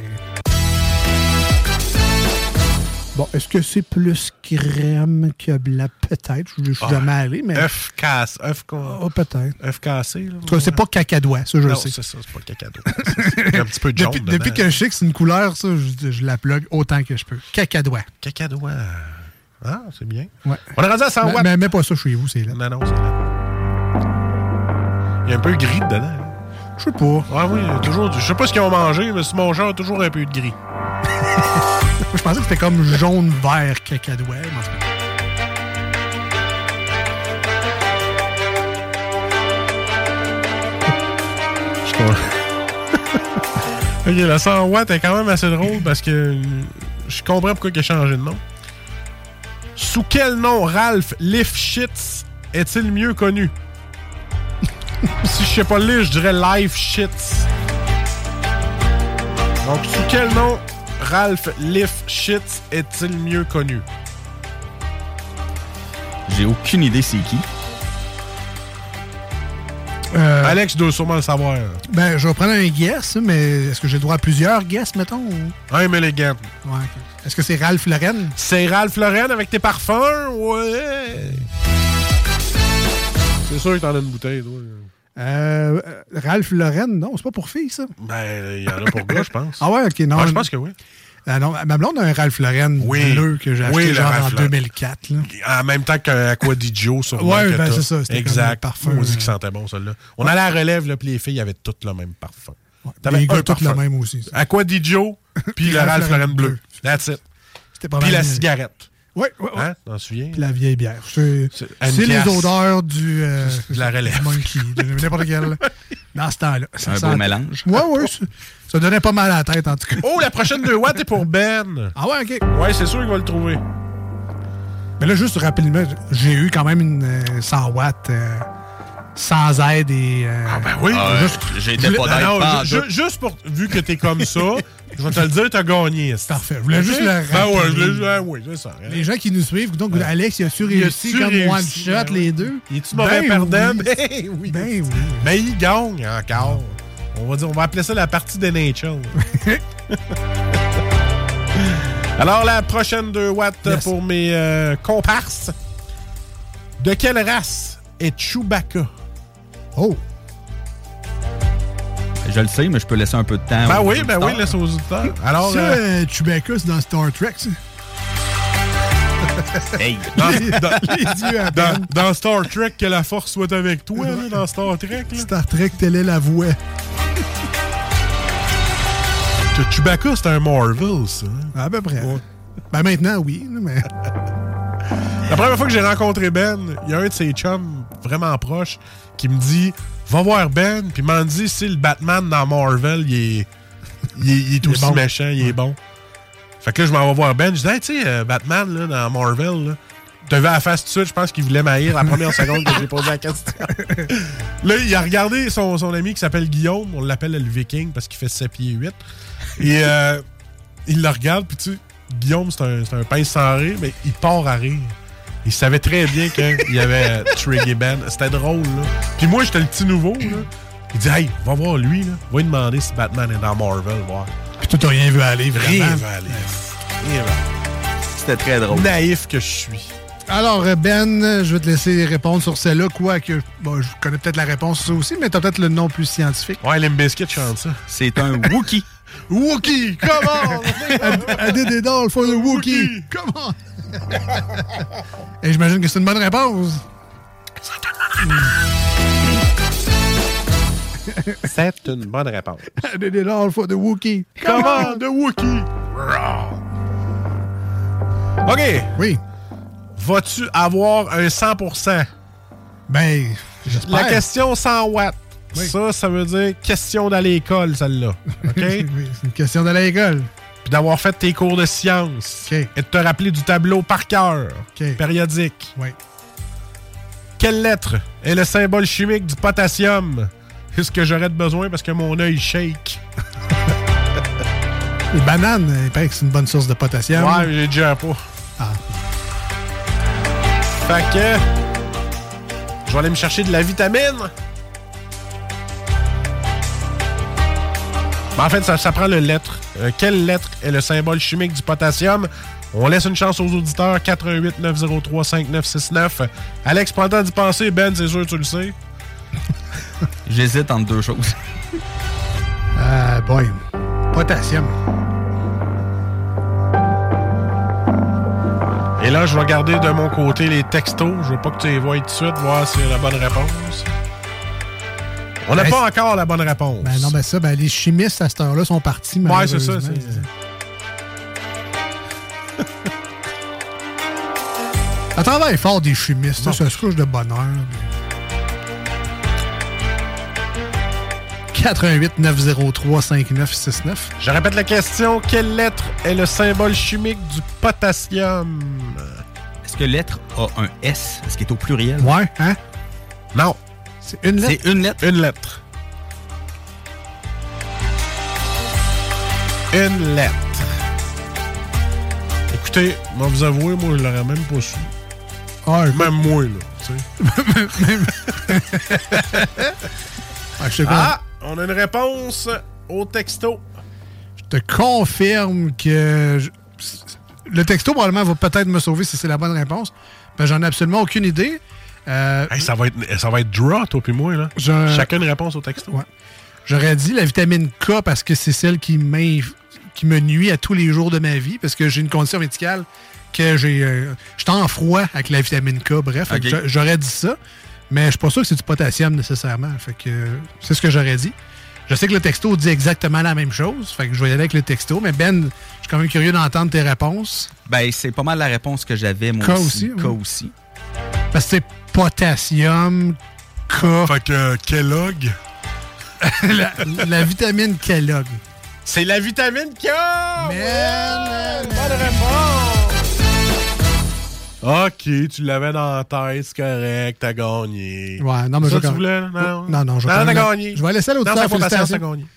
Bon, est-ce que c'est plus crème que blanc? Peut-être. Je je suis Ah, jamais allé, mais... œuf cassé. œuf con- Oh, peut-être. œuf cassé. Là. En tout cas, c'est pas cacadois, ça, je non, le sais. c'est ça, c'est pas le cacado. Il y a un petit peu de jaune Depuis, dedans. depuis que je sais que c'est une couleur, ça, je, je la plug autant que je peux. Cacadois. Cacadois. Ah, c'est bien. Ouais. On est rendu à cent Mais, watts. mais mets pas ça chez vous, c'est là. Non, non, c'est là. Il y a un peu de gris dedans. hein. Je sais pas. Ah oui, il y a toujours. Je sais pas ce qu'ils ont mangé, mais sur mon genre, toujours un peu de gris. Je pensais que c'était comme jaune, vert, cacadois. mais en tout cas. Je comprends. Ok, la cent watts est quand même assez drôle parce que je comprends pourquoi il a changé de nom. Sous quel nom Ralph Lifshitz est-il mieux connu? Si je sais pas le lire, je dirais Lifeshitz. Donc, sous quel nom Ralph Lifshitz est-il mieux connu? J'ai aucune idée c'est qui. Euh, Alex doit sûrement le savoir. Ben, je vais prendre un guess, mais est-ce que j'ai le droit à plusieurs guess, mettons? Ou... Un Milligan. Ouais, ok. Est-ce que c'est Ralph Lauren? C'est Ralph Lauren avec tes parfums? Ouais. C'est sûr que t'en as une bouteille, toi. Euh, Ralph Lauren, non, c'est pas pour filles, ça? Ben, il y en a pour gars, je pense. Ah ouais, OK, non. Ah, je pense que oui. Ah non, ma blonde a un Ralph Lauren oui. bleu que j'ai acheté oui, genre Ralph en deux mille quatre. Là. En même temps qu'Aqua di Gio sur ouais, ben c'est ça. C'était exact. Parfum. On dit que sentait bon, celle-là. On ouais. allait à la relève, là, puis les filles avaient toutes le même parfum. Ouais. Les gars, toutes le même aussi. Aqua di Gio, puis le Ralph Lauren bleu. bleu. That's it. Puis la cigarette. Oui, oui, oui. Hein? T'en souviens? Puis la vieille bière. C'est, c'est les odeurs du... Euh, de la relève. Monkey, de n'importe quel. Dans ce temps-là. C'est un beau mélange. Oui, oui. Ça donnait pas mal à la tête, en tout cas. Oh, la prochaine deux watts est pour Ben. Ah ouais, OK. Ouais, c'est sûr qu'il va le trouver. Mais là, juste rapidement, j'ai eu quand même une euh, cent watts euh, sans aide et... Euh, ah ben oui. Ah, juste, j'ai été pas d'aide. Non, non, ju- juste pour... Vu que t'es comme ça... Je vais te le dire, t'as gagné. C'est parfait. Je voulais okay. juste le rappeler. Ben ouais, je voulais, ah oui, c'est ça. Hein. Les gens qui nous suivent, donc ouais. Alex, il a su réussi comme réussi, one shot ben les deux. Il est-tu mauvais ben perdant? Oui. Ben oui. Ben oui. Mais il gagne encore. On va dire, on va appeler ça la partie des Nature. Alors, la prochaine deux watts yes. pour mes euh, comparses. De quelle race est Chewbacca? Oh! Je le sais, mais je peux laisser un peu de temps. Ben oui, ben oui, laisse aux auditeurs. Alors, ça, euh... Chewbacca, c'est dans Star Trek, ça. Hey! Dans, dans, les yeux à dans, dans Star Trek, que la force soit avec toi, là, dans Star Trek. Là. Star Trek, telle est la voix. Chewbacca, c'est un Marvel, ça. À peu près. Ouais. Ben maintenant, oui, mais... La première fois que j'ai rencontré Ben, il y a un de ses chums vraiment proches qui me dit... Va voir Ben, puis m'en dit si le Batman dans Marvel, il est, il est, il est aussi il est bon. méchant, il ouais. est bon. Fait que là, je m'en vais voir Ben, je dis, hey, tu sais, euh, Batman, là, dans Marvel, là, t'as vu à la face tout de suite, je pense qu'il voulait m'haïr la première seconde que j'ai posé la question. Là, il a regardé son, son ami qui s'appelle Guillaume, on l'appelle le Viking parce qu'il fait sept pieds huit. Et euh, il le regarde, puis tu sais, Guillaume, c'est un, c'est un pince sans rire, mais il part à rire. Il savait très bien qu'il y avait Trigger Ben. C'était drôle, là. Puis moi, j'étais le petit nouveau, là. Il dit, hey, va voir lui, là. Va lui demander si Batman est dans Marvel, voir. Puis toi, t'as rien vu aller, vraiment. Rien vu aller. Rien vu. C'était très drôle. Naïf que je suis. Alors, Ben, je vais te laisser répondre sur celle-là, quoique, bon, je connais peut-être la réponse sur ça aussi, mais t'as peut-être le nom plus scientifique. Ouais, Limp Bizkit chante ça. C'est un Wookie. Wookie, come on! I did it all for the Wookie. Come on! Et j'imagine que c'est une bonne réponse. C'est une bonne réponse. C'est une bonne réponse. I did it all for the Wookie. Come, Come on, on, the Wookie. OK. Oui. Vas-tu avoir un cent pour cent? Ben, j'espère. La question cent watts. Oui. Ça, ça veut dire question d'aller à l'école, celle-là. OK? Oui, c'est une question d'aller à l'école. Puis d'avoir fait tes cours de sciences. Okay. Et de te rappeler du tableau par cœur. Okay. Périodique. Oui. Quelle lettre est le symbole chimique du potassium? Est-ce que j'aurais de besoin parce que mon œil shake? Les bananes, il paraît que c'est une bonne source de potassium. Ouais, j'ai déjà pas. Ah. Fait que... Je vais aller me chercher de la vitamine. Ben, en fait, ça, ça prend le lettre. Euh, quelle lettre est le symbole chimique du potassium? On laisse une chance aux auditeurs. quatre un huit neuf zéro trois cinq neuf six neuf. Alex, prends le temps d'y penser. Ben, c'est sûr que tu le sais. J'hésite entre deux choses. Euh, boy. Potassium. Et là, je vais regarder de mon côté les textos. Je veux pas que tu les voies tout de suite, voir si c'est la bonne réponse. On n'a ben, pas encore la bonne réponse. Ben non, ben ça, ben les chimistes à cette heure-là sont partis. Ouais, c'est ça. C'est... À travail fort des chimistes, ça, ça se couche de bonheur. quatre un huit neuf zéro trois cinq neuf six neuf. Je répète la question. Quelle lettre est le symbole chimique du potassium? Est-ce que lettre a un S? Est-ce qu'il est au pluriel? Ouais, hein? Non. C'est une lettre? C'est une lettre? Une lettre. Une lettre. Écoutez, moi vous avouer, moi je l'aurais même pas su. Ah, même moi, là. Tu sais. même... ah, je te ah, on a une réponse au texto. Je te confirme que... Je... Le texto, probablement, va peut-être me sauver si c'est la bonne réponse. Ben, j'en ai absolument aucune idée. Euh, hey, ça, va être, ça va être draw, toi puis moi. Là. Je... Chacun une réponse au texto. Ouais. J'aurais dit la vitamine K parce que c'est celle qui, qui me nuit à tous les jours de ma vie parce que j'ai une condition médicale que j'ai... Euh, je suis en froid avec la vitamine K, bref. Okay. J'aurais dit ça, mais je suis pas sûr que c'est du potassium nécessairement. Fait que c'est ce que j'aurais dit. Je sais que le texto dit exactement la même chose, fait que je vais y aller avec le texto, mais Ben, je suis quand même curieux d'entendre tes réponses. Ben, c'est pas mal la réponse que j'avais, moi K aussi. aussi. K oui. aussi. Parce que c'est potassium, K... Fait que euh, Kellogg... la, la vitamine Kellogg. C'est la vitamine K! Man, ouais, bonne réponse! OK, tu l'avais dans la tête, c'est correct, t'as gagné. Ouais, non, mais ça, je tu quand... voulais? Non, non, non, je non, t'as gagné. Je vais laisser l'autre faire. Non, c'est pas t'as gagné.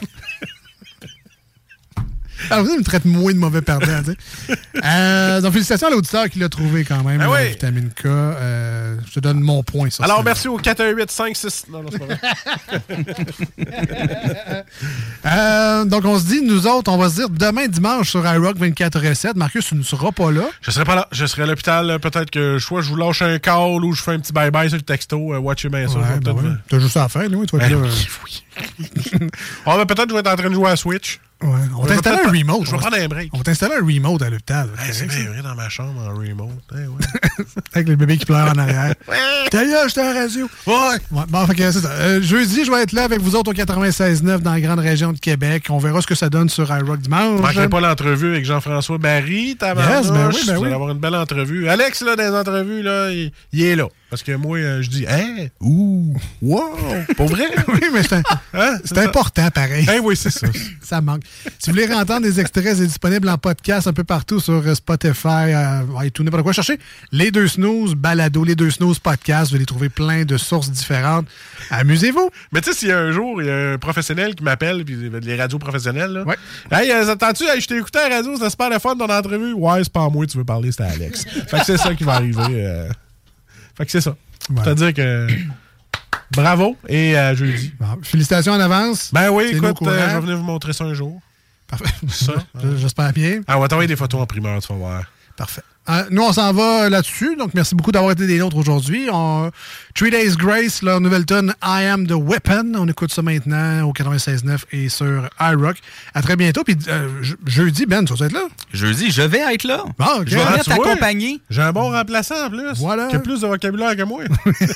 Alors, vous me traitez moins de mauvais perdant, tu sais. euh, donc, félicitations à l'auditeur qui l'a trouvé quand même, ah la oui. vitamine K. Euh, je te donne mon point sur ça. Alors, merci au quatre un huit cinq six... Non, non, c'est pas vrai. euh, donc, on se dit, nous autres, on va se dire demain dimanche sur iRock vingt-quatre sept. Marcus, tu ne seras pas là. Je serai pas là. Je serai à l'hôpital. Peut-être que soit je vous lâche un call ou je fais un petit bye-bye sur le texto. Uh, watchez bien ça. Ouais, ben ouais. T'as juste ça à faire, nous, toi. Ben, là, oui, oui. oh, ben, peut-être que je vais être en train de jouer à Switch. Ouais, on va t'installer un remote. Je vais prendre un break. On va t'installer un remote à l'hôpital. Hey, c'est bien vrai dans ma chambre en remote. Hey, ouais. Avec le bébé qui pleure en arrière. T'as eu, j'étais à la radio. Ouais. ouais bon, fait que c'est ça. Euh, jeudi, je vais être là avec vous autres au quatre-vingt-seize neuf dans la grande région de Québec. On verra ce que ça donne sur iRock dimanche. Manquez pas l'entrevue avec Jean-François Barry. Yes, ben oui, ben vous allez avoir une belle entrevue. Alex, là, dans les entrevues, là, il, il est là. Parce que moi, euh, je dis, hein, ouh, wow, pas vrai? Oui, mais c'est hein? important, pareil. Hein, oui, c'est ça. Ça manque. Si vous voulez entendre des extraits, c'est disponible en podcast un peu partout sur Spotify, euh, iTunes, n'importe quoi. Cherchez Les Deux Snooze, balado, Les Deux Snooze podcast. Vous allez trouver plein de sources différentes. Amusez-vous. Mais tu sais, s'il y a un jour, il y a un professionnel qui m'appelle, puis les radios professionnelles, là. Ouais. Hey, euh, attends-tu, hey, je t'ai écouté à la radio, c'était super le fun ton entrevue. Ouais, c'est pas moi, tu veux parler, c'était Alex. Fait que c'est ça qui va arriver. Euh... Fait que c'est ça. Ouais. C'est-à-dire que bravo et à jeudi. Bon, félicitations en avance. Ben oui, écoute, euh, je vais venir vous montrer ça un jour. Parfait. Ça. J'espère bien. Ah, on va t'envoyer des photos en primeur, tu vas voir. Parfait. Euh, nous, on s'en va là-dessus. Donc, merci beaucoup d'avoir été des nôtres aujourd'hui. On... Three Days Grace, leur nouvelle tune I Am the Weapon. On écoute ça maintenant au quatre-vingt-seize neuf et sur iRock. À très bientôt. Puis euh, je... jeudi, Ben, tu vas être là? Jeudi, je vais être là. Bon, okay. Je vais ah, venir t'accompagner. J'ai un bon remplaçant en plus. Voilà. Qui a plus de vocabulaire que moi.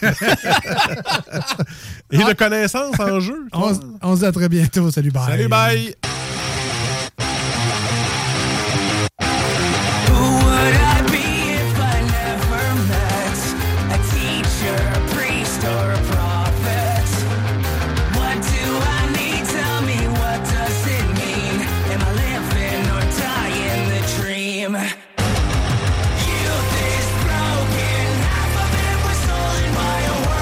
Et de connaissances en jeu. On, on se dit à très bientôt. Salut, bye. Salut, bye.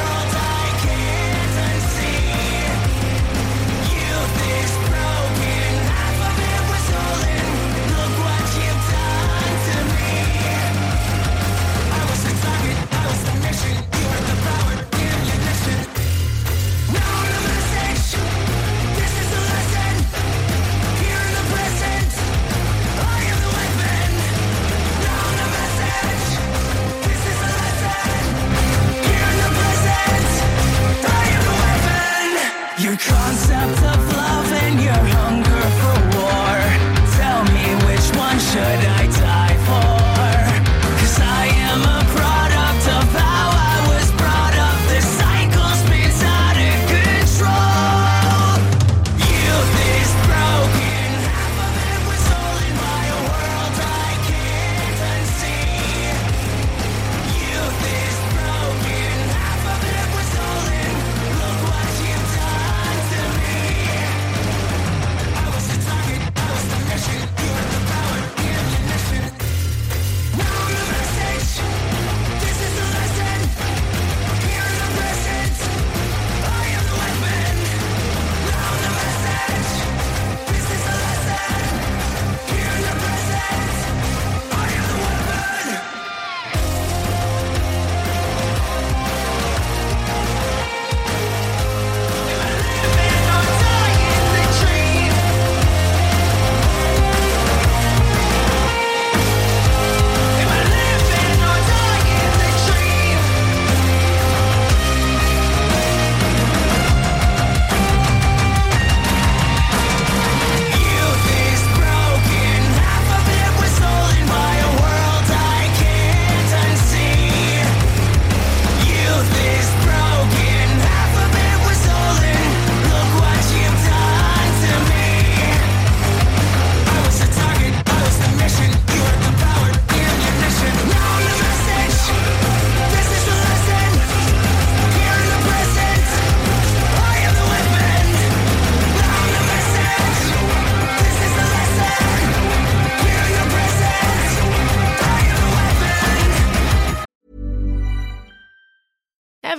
Broken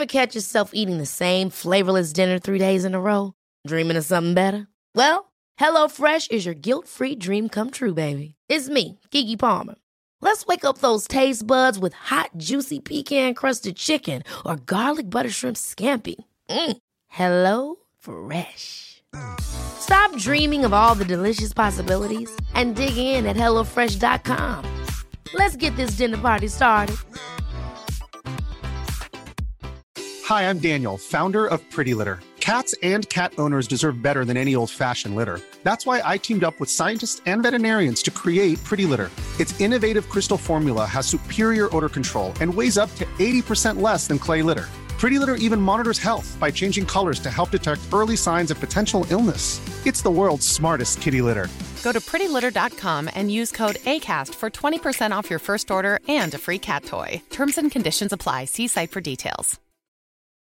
Ever catch yourself eating the same flavorless dinner three days in a row? Dreaming of something better? Well, HelloFresh is your guilt-free dream come true, baby. It's me, Keke Palmer. Let's wake up those taste buds with hot, juicy pecan-crusted chicken or garlic butter shrimp scampi. Mm. Hello Fresh. Stop dreaming of all the delicious possibilities and dig in at hello fresh dot com. Let's get this dinner party started. Hi, I'm Daniel, founder of Pretty Litter. Cats and cat owners deserve better than any old-fashioned litter. That's why I teamed up with scientists and veterinarians to create Pretty Litter. Its innovative crystal formula has superior odor control and weighs up to eighty percent less than clay litter. Pretty Litter even monitors health by changing colors to help detect early signs of potential illness. It's the world's smartest kitty litter. Go to pretty litter dot com and use code ACAST for twenty percent off your first order and a free cat toy. Terms and conditions apply. See site for details.